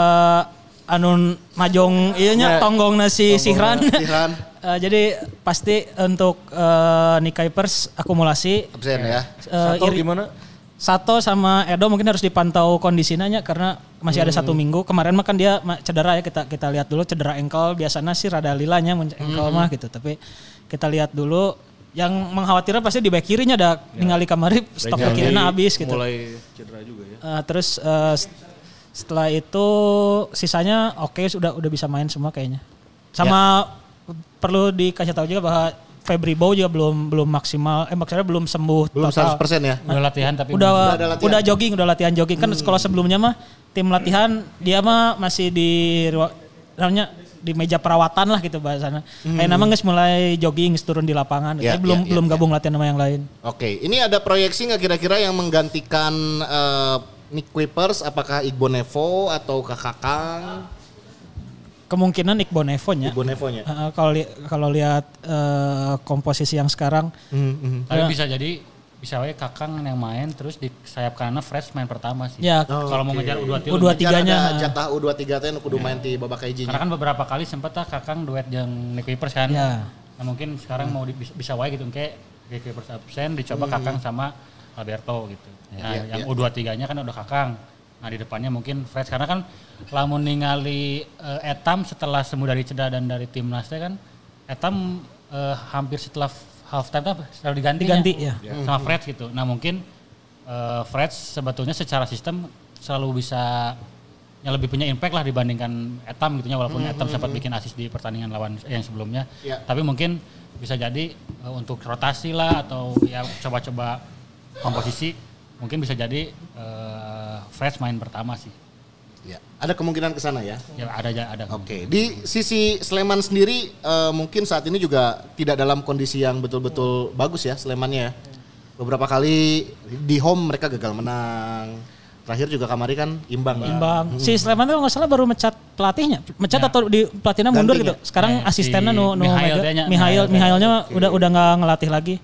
anu majong ieu nya tonggong nasi Sihran. Jadi pasti untuk Nick Kuipers akumulasi. Absen ya. Satu gimana? Sato sama Edo mungkin harus dipantau kondisinya karena masih ada 1 minggu. Kemarin mah kan dia cedera ya, kita lihat dulu cedera engkel. Biasanya sih rada lilanya engkel mah gitu. Tapi kita lihat dulu. Yang mengkhawatirkan pasti di back kirinya ada ningali kamari stok back kirinya habis gitu. Mulai cedera juga ya. Terus setelah itu sisanya oke, udah bisa main semua kayaknya. Sama perlu dikasih tahu juga bahwa Febri Bow juga belum maksimal, maksudnya belum sembuh Belum total. 100% ya. Udah latihan tapi udah jogging, udah latihan jogging. Kan kalau sebelumnya mah tim latihan dia mah masih di meja perawatan lah gitu bahasanya. Kayak nama geus mulai jogging, turun di lapangan. Tapi belum gabung latihan sama yang lain. Oke, ini ada proyeksi nggak kira-kira yang menggantikan Nick Kuipers? Apakah Igbo Nevo atau Kakang? Kemungkinan Igbo Nevo-nya. Kalau lihat komposisi yang sekarang. Tapi bisa jadi bisa wae Kakang yang main terus di sayap kanan Fresh main pertama sih. Ya. Kalau mau ngejar U23-nya. Jatah U23 teh kudu main di babak hiji. Karena kan beberapa kali sempat Kakang duet jeung Nick Kuipers kan. Ya. Nah mungkin sekarang mau bisa wae gitu kayak Nick Kuipers absen dicoba Kakang sama Alberto gitu. Nah yang U23-nya kan udah Kakang. Nah di depannya mungkin Fresh karena kan lamun ningali Etam setelah sembuh dari cedera dan dari timnas kan Etam hampir setelah half time selalu diganti ya. Sama Fred gitu. Nah mungkin Fred sebetulnya secara sistem selalu bisa yang lebih punya impact lah dibandingkan Etam gitunya walaupun Etam sempat bikin assist di pertandingan lawan yang sebelumnya. Tapi mungkin bisa jadi untuk rotasi lah atau ya coba-coba komposisi mungkin bisa jadi Fred main pertama sih. Ya, ada kemungkinan ke sana ya? Ya ada. Oke. Di sisi Sleman sendiri mungkin saat ini juga tidak dalam kondisi yang betul-betul bagus ya Slemannya ya. Beberapa kali di home mereka gagal menang. Terakhir juga kamari kan imbang. Si Sleman tuh nggak salah baru mecat pelatihnya. Mecat atau di pelatihnya mundur gitu. Sekarang asistennya Mihailnya udah nggak ngelatih lagi.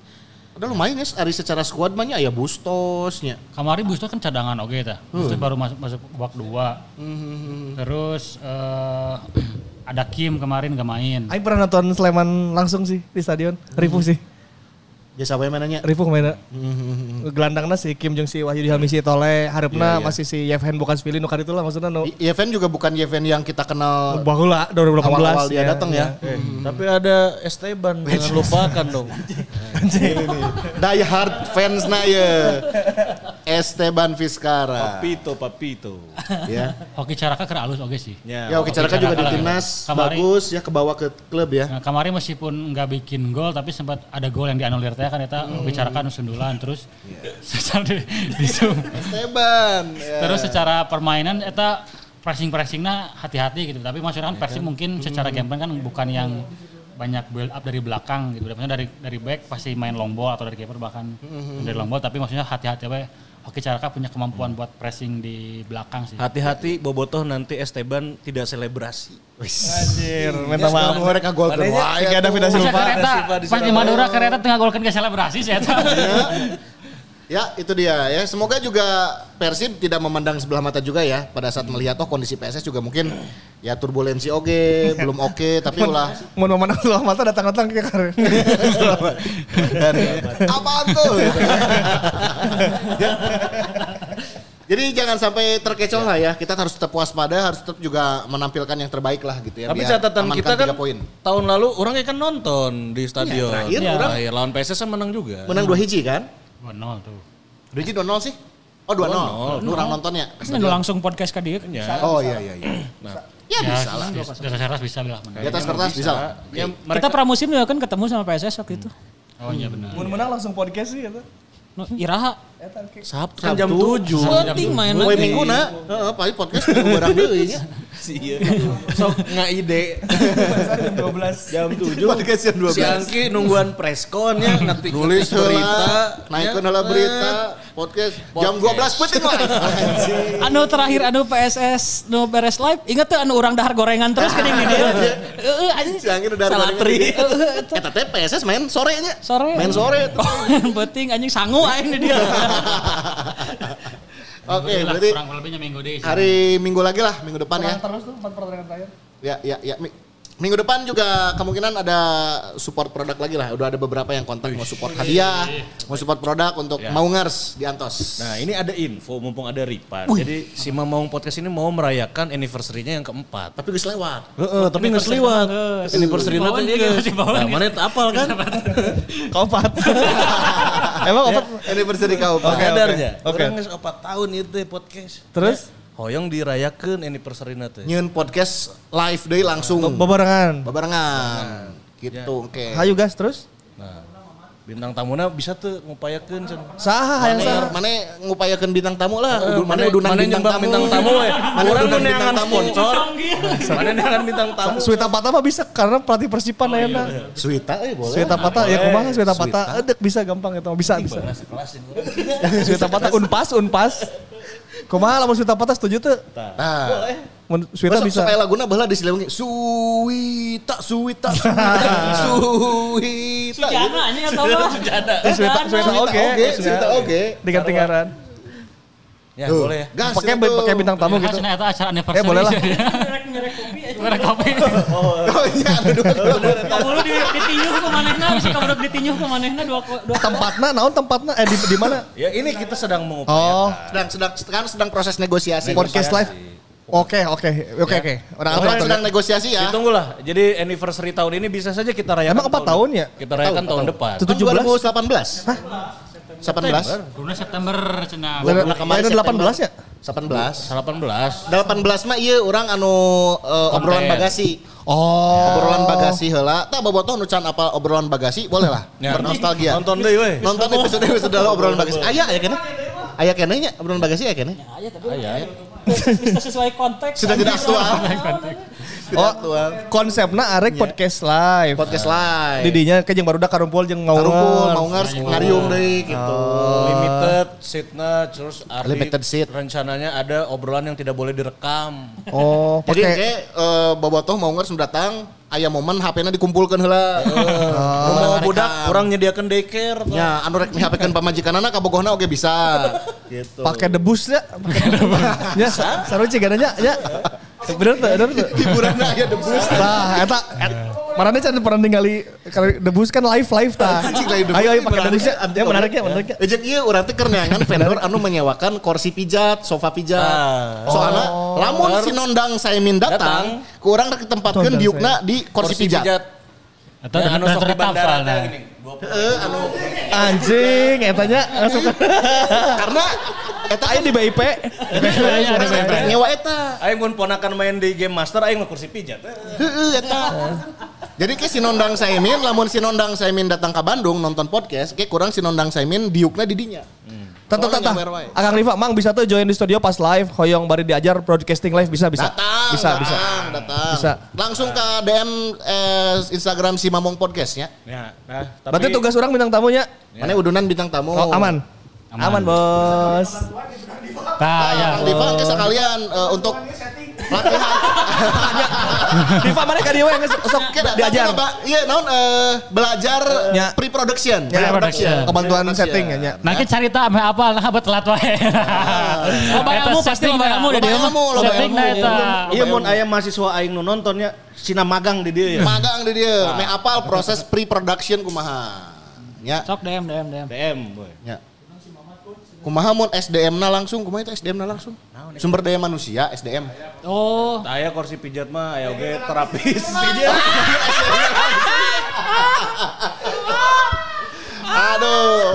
Udah lumayan ya, ari secara squad mah nya aya Bustosnya. Kamari Bustos kan cadangan oge tah. Bustos baru masuk babak 2. Terus ada Kim kemarin gak main. Aing pernah nonton Sleman langsung sih di stadion. Ripuh sih. Jasa wae mananya. Ripuh mainnya. Gelandangna si Kim jeung si Wahyudi Hamisi Tole, harapna masih si Yevhen Bukashvili nu kaditu lah maksudna nu. Yevhen juga bukan Yevhen yang kita kenal baheula 2018 awal-awal dia datang ya. Tapi ada Esteban, jangan lupakan dong. Die hard fans na ya. Esteban Vizcara. Papito. Ya. Hoki Caraka kira alus oge sih. Ya Hoki Caraka juga di timnas bagus ya, kebawa ke klub ya. Nah, kemarin meskipun nggak bikin gol tapi sempat ada gol yang dianulir teh kan eta bicarakan sundulan terus secara di zoom. Esteban. Ya. Terus secara permainan eta pressingna hati-hati gitu. Tapi maksudnya kan Persib mungkin secara game plan kan bukan yang banyak build up dari belakang gitu. Maksudnya dari back pasti main long ball atau dari keeper bahkan dari long ball, tapi maksudnya hati-hati we. Hoki Caraka punya kemampuan buat pressing di belakang sih. Hati-hati bobotoh nanti Esteban tidak selebrasi. Anjir, minta maaf. Mereka gol ke wae. Ada Vida Silva. Pas di Madura kereta tengah golkan ke selebrasi sih eta. Ya itu dia ya, semoga juga Persib tidak memandang sebelah mata juga ya pada saat melihat kondisi PSS juga mungkin ya turbulensi belum oke, tapi ulah mau memandang sebelah mata datang-datang ke Karen. Apaan tuh? Jadi jangan sampai terkecoh lah ya, kita harus tetap waspada, harus tetap juga menampilkan yang terbaik lah gitu ya. Tapi catatan kita kan tahun lalu orang kan nonton di stadion. Terakhir lawan PSS kan menang juga. Menang 2-1 kan? 2-0 tuh. 2-0 sih? Oh 2-0. Lu orang nontonnya. Kan langsung podcast ke dia kan. Oh iya. Nah, ya bisa lah. Di atas kertas bisa lah. Di atas kertas bisa lah. Ya, Kita pramusim juga kan ketemu sama PSS waktu itu. Oh iya benar. Mun menang langsung podcast sih eta. Iraha. Sabtu kan jam 7. Penting main Poe lagi. minggu na. Heeh, paling podcast minggu barang deui nya. Sok ngaide. Jam 7. Podcast jam 12. Si Angki nungguan preskon ya ngetik Nulis berita, naikkeun heula berita, podcast jam 12 penting lah. Anu terakhir anu PSS nu beres live, inget tuh anu urang dahar gorengan terus geuning di dia. Heeh anjing. Si Angki udah Salatri. Eta teh PSS main sore nya. Sore. Main sore. Penting anjing sangu aing di dia. Oke, berarti kurang lebihnya minggu deh. hari Minggu lagi lah, minggu depan ya. Terus tuh 4 pertandingan terakhir. Ya. Minggu depan juga kemungkinan ada support produk lagi lah. Udah ada beberapa yang kontak mau support hadiah, mau support produk untuk Maungers di Antos. Nah ini ada info mumpung ada Ripan. Jadi si Mamaung Podcast ini mau merayakan anniversary-nya yang keempat. Tapi geus lewat. Tapi nggak seliwat. Anniversary-nya tuh nah mana itu apal kan? Keempat. Emang opat Anniversary kau. Kadarnya. Oke. Orang geus 4 tahun itu podcast. terus Hoyong dirayakeun anniversary-na teh. Nyeun podcast live deui langsung. babarengan. Babarengan. Gitu, oke. Hayu gas terus. Nah, bintang tamuna bisa tuh ngupayakeun cenah. Saha yang saha? Mana ngupayakeun bintang tamu lah. Mana mana nyumbang bintang tamu we. Mana Urang udunan mun bintang neangan tamu. sponsor. Mana neangan bintang tamu. Swita Pata mah bisa karena pelatih Persipan ayeuna. Swita boleh. Swita Pata ya kumaha Swita Pata edek bisa gampang eta bisa. Swita Pata unpas. Kumaha lamun Swita Pata setuju teu? Nah. Mun Swita bisa. Supaya laguna baheula diseleungi Suwita. Sujana anjing atau apa? Swita oke. Diganti ngaran. Ya boleh ya. Gas Pakai bintang tamu gitu. Cenah eta acara anniversary. boleh lah. Merek kopi. Oh iya ada Kamu ditinyuh ke manehna, si kamu ditinyuh ke manehna dua Tempatna naon tempatna di mana? Ya ini kita sedang mengupayakan. sedang proses negosiasi. Podcast live. Oke. Orang atur Sedang negosiasi ya. Ditunggulah. Jadi anniversary tahun ini bisa saja kita rayakan. Emang 4 tahun ya? Kita rayakan tahun depan. Itu 2018. Hah? 18? Bulan September cenah. Kemarin 18 ya? 18. 18. 18 mah ieu urang anu obrolan bagasi. Obrolan bagasi heula. Tah bobotoh nu can apal obrolan bagasi boleh lah. Bernostalgia. Nonton deui we. Nonton episode obrolan bagasi. Aya keneh. Aya keneh nya obrolan bagasi aya keneh. Aya. bisa sesuai konteks. Sudah tidak aktual. Konsepna arek podcast live. Podcast live. Didinya ke jeung barudak karumpul jeung Karumpul, Maungers ngariung deui gitu. Limited seatnya terus Limited seat. rencananya ada obrolan yang tidak boleh direkam. Oh, Jadi pakai kayak bobotoh mau ngeres datang, aya momen HP-na dikumpulkan heula. Mau budak orang nyediakan daycare. Ya, anu rek mihapikeun pamajikanana kabogohna oge bisa. Gitu. pakai debusnya. Ya, seru sih gadanya ya. Bener tuh. Hiburanna aya debus. Nah, eta marane can pernah ningali kali debus kan live tah. Anjing lain debus. Ayo pakai debusnya. Ya menarik ya. Ejek ieu urang teh keur neangan vendor anu menyewakan kursi pijat, sofa pijat. Soalna lamun si nondang Saimin datang, ku urang rek ditempatkeun diukna di kursi pijat. Atau anu sok di bandara gini. Anu Anjing, etanya langsung karena eta aya di BIP. nyewa eta. Aing mun ponakan main di Game Master aing mah kursi pijat. Heeh eta. Jadi ke si nondang Saimin, lamun si nondang Saimin datang ke Bandung nonton podcast, kayak kurang si nondang Saimin diukna di dinya. Tata. Akang Rifa mang bisa tuh join di studio pas live, hoyong bari diajar broadcasting live bisa. Datang. Bisa. Langsung ke DM Instagram si Mamong Podcastnya. Ya, nah, Berarti tugas orang bintang tamunya. Mana udunan bintang tamu. Oh, aman, bos. Tah ya. Kang Diva ke sekalian untuk latihan. Diva mana ka dia we sok diajar. Iya, naon belajar Ya. pre-production. Ya, Pre-production. kebantuan setting ya. Nah, kita cerita ame apa lah buat telat wae. Loba ilmu pasti loba ilmu Loba ilmu. Setting na eta. Iya mun aya mahasiswa aing nu nontonnya sina magang di dia ya. Magang di dia, me apal proses pre-production kumaha. Ya. Sok DM. DM boy. Ya. Kumaha mun SDM-na langsung, kumaha itu SDM-na langsung? Sumber daya manusia, SDM. Oh, Aya kursi pijat mah aya oge terapis. Aduh,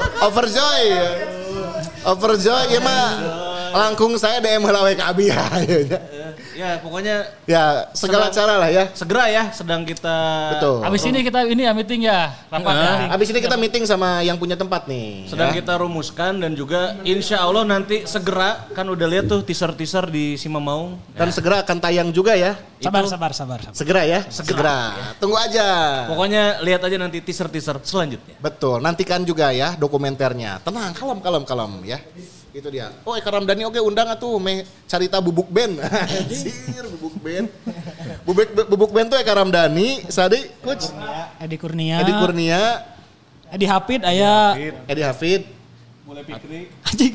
overjoy ya mah. Langkung saya DM heula we ka abi ya. Ya pokoknya Ya, segala cara lah ya. segera ya sedang kita Betul. Abis ini kita meeting ya, rapat ya. Abis ini kita meeting sama yang punya tempat nih. sedang ya. kita rumuskan dan juga insya Allah nanti segera kan udah lihat tuh teaser di Simamaung. Dan segera akan tayang juga ya. sabar. Segera ya. Segera. Tunggu aja. Pokoknya lihat aja nanti teaser selanjutnya. Betul. Nantikan juga ya dokumenternya. Tenang, kalem ya. Itu dia. Oh, Eka Ramdhani oke undang atuh meh carita bubuk band. Anjir, bubuk band. Bubuk band tuh Eka Ramdhani, Sadi, Coach. Edi Kurnia. Edi Hafid aya. Edi Hafid. Mulai piknik. Anjing.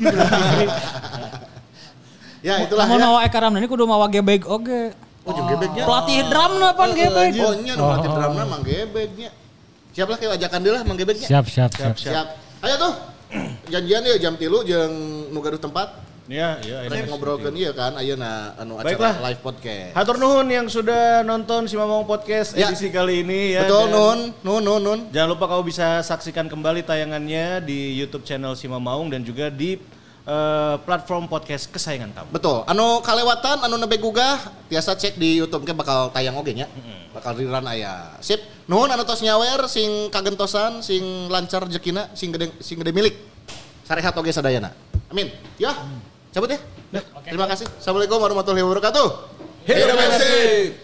Ya, itulah Mau ya. nawa Eka Ramdhani kudu mawa gebeg oge. Oh, jeung gebegnya. Pelatih drum pan gebeg. Oh, nya nu pelatih drumna mang gebegnya. Siap lah kayak ajakan deui lah mang gebegnya. Siap. Ayo tuh. Janjian ya jam 3 jeung nu gaduh tempat. Iya. Rek ngobrolkeun ieu kan ayeuna anu acara Baiklah. live podcast. Hatur nuhun yang sudah nonton Simamaung Podcast Ya. edisi kali ini ya. Betul, Dan nun. Jangan lupa kau bisa saksikan kembali tayangannya di YouTube channel Simamaung dan juga di platform podcast kesayangan kamu. Betul. Anu kalewatan, anu nembe gugah, tiasa cek di YouTube ke bakal tayang oge nya. Bakal rerun aya. Sip. Nuhun anu tos nyawer sing kagentosan, sing lancar rezekina, sing gede milik. Sarehat oge sadayana. Amin. Ya. Cabut ya. Terima kasih. Assalamualaikum warahmatullahi wabarakatuh. Hidup bersih.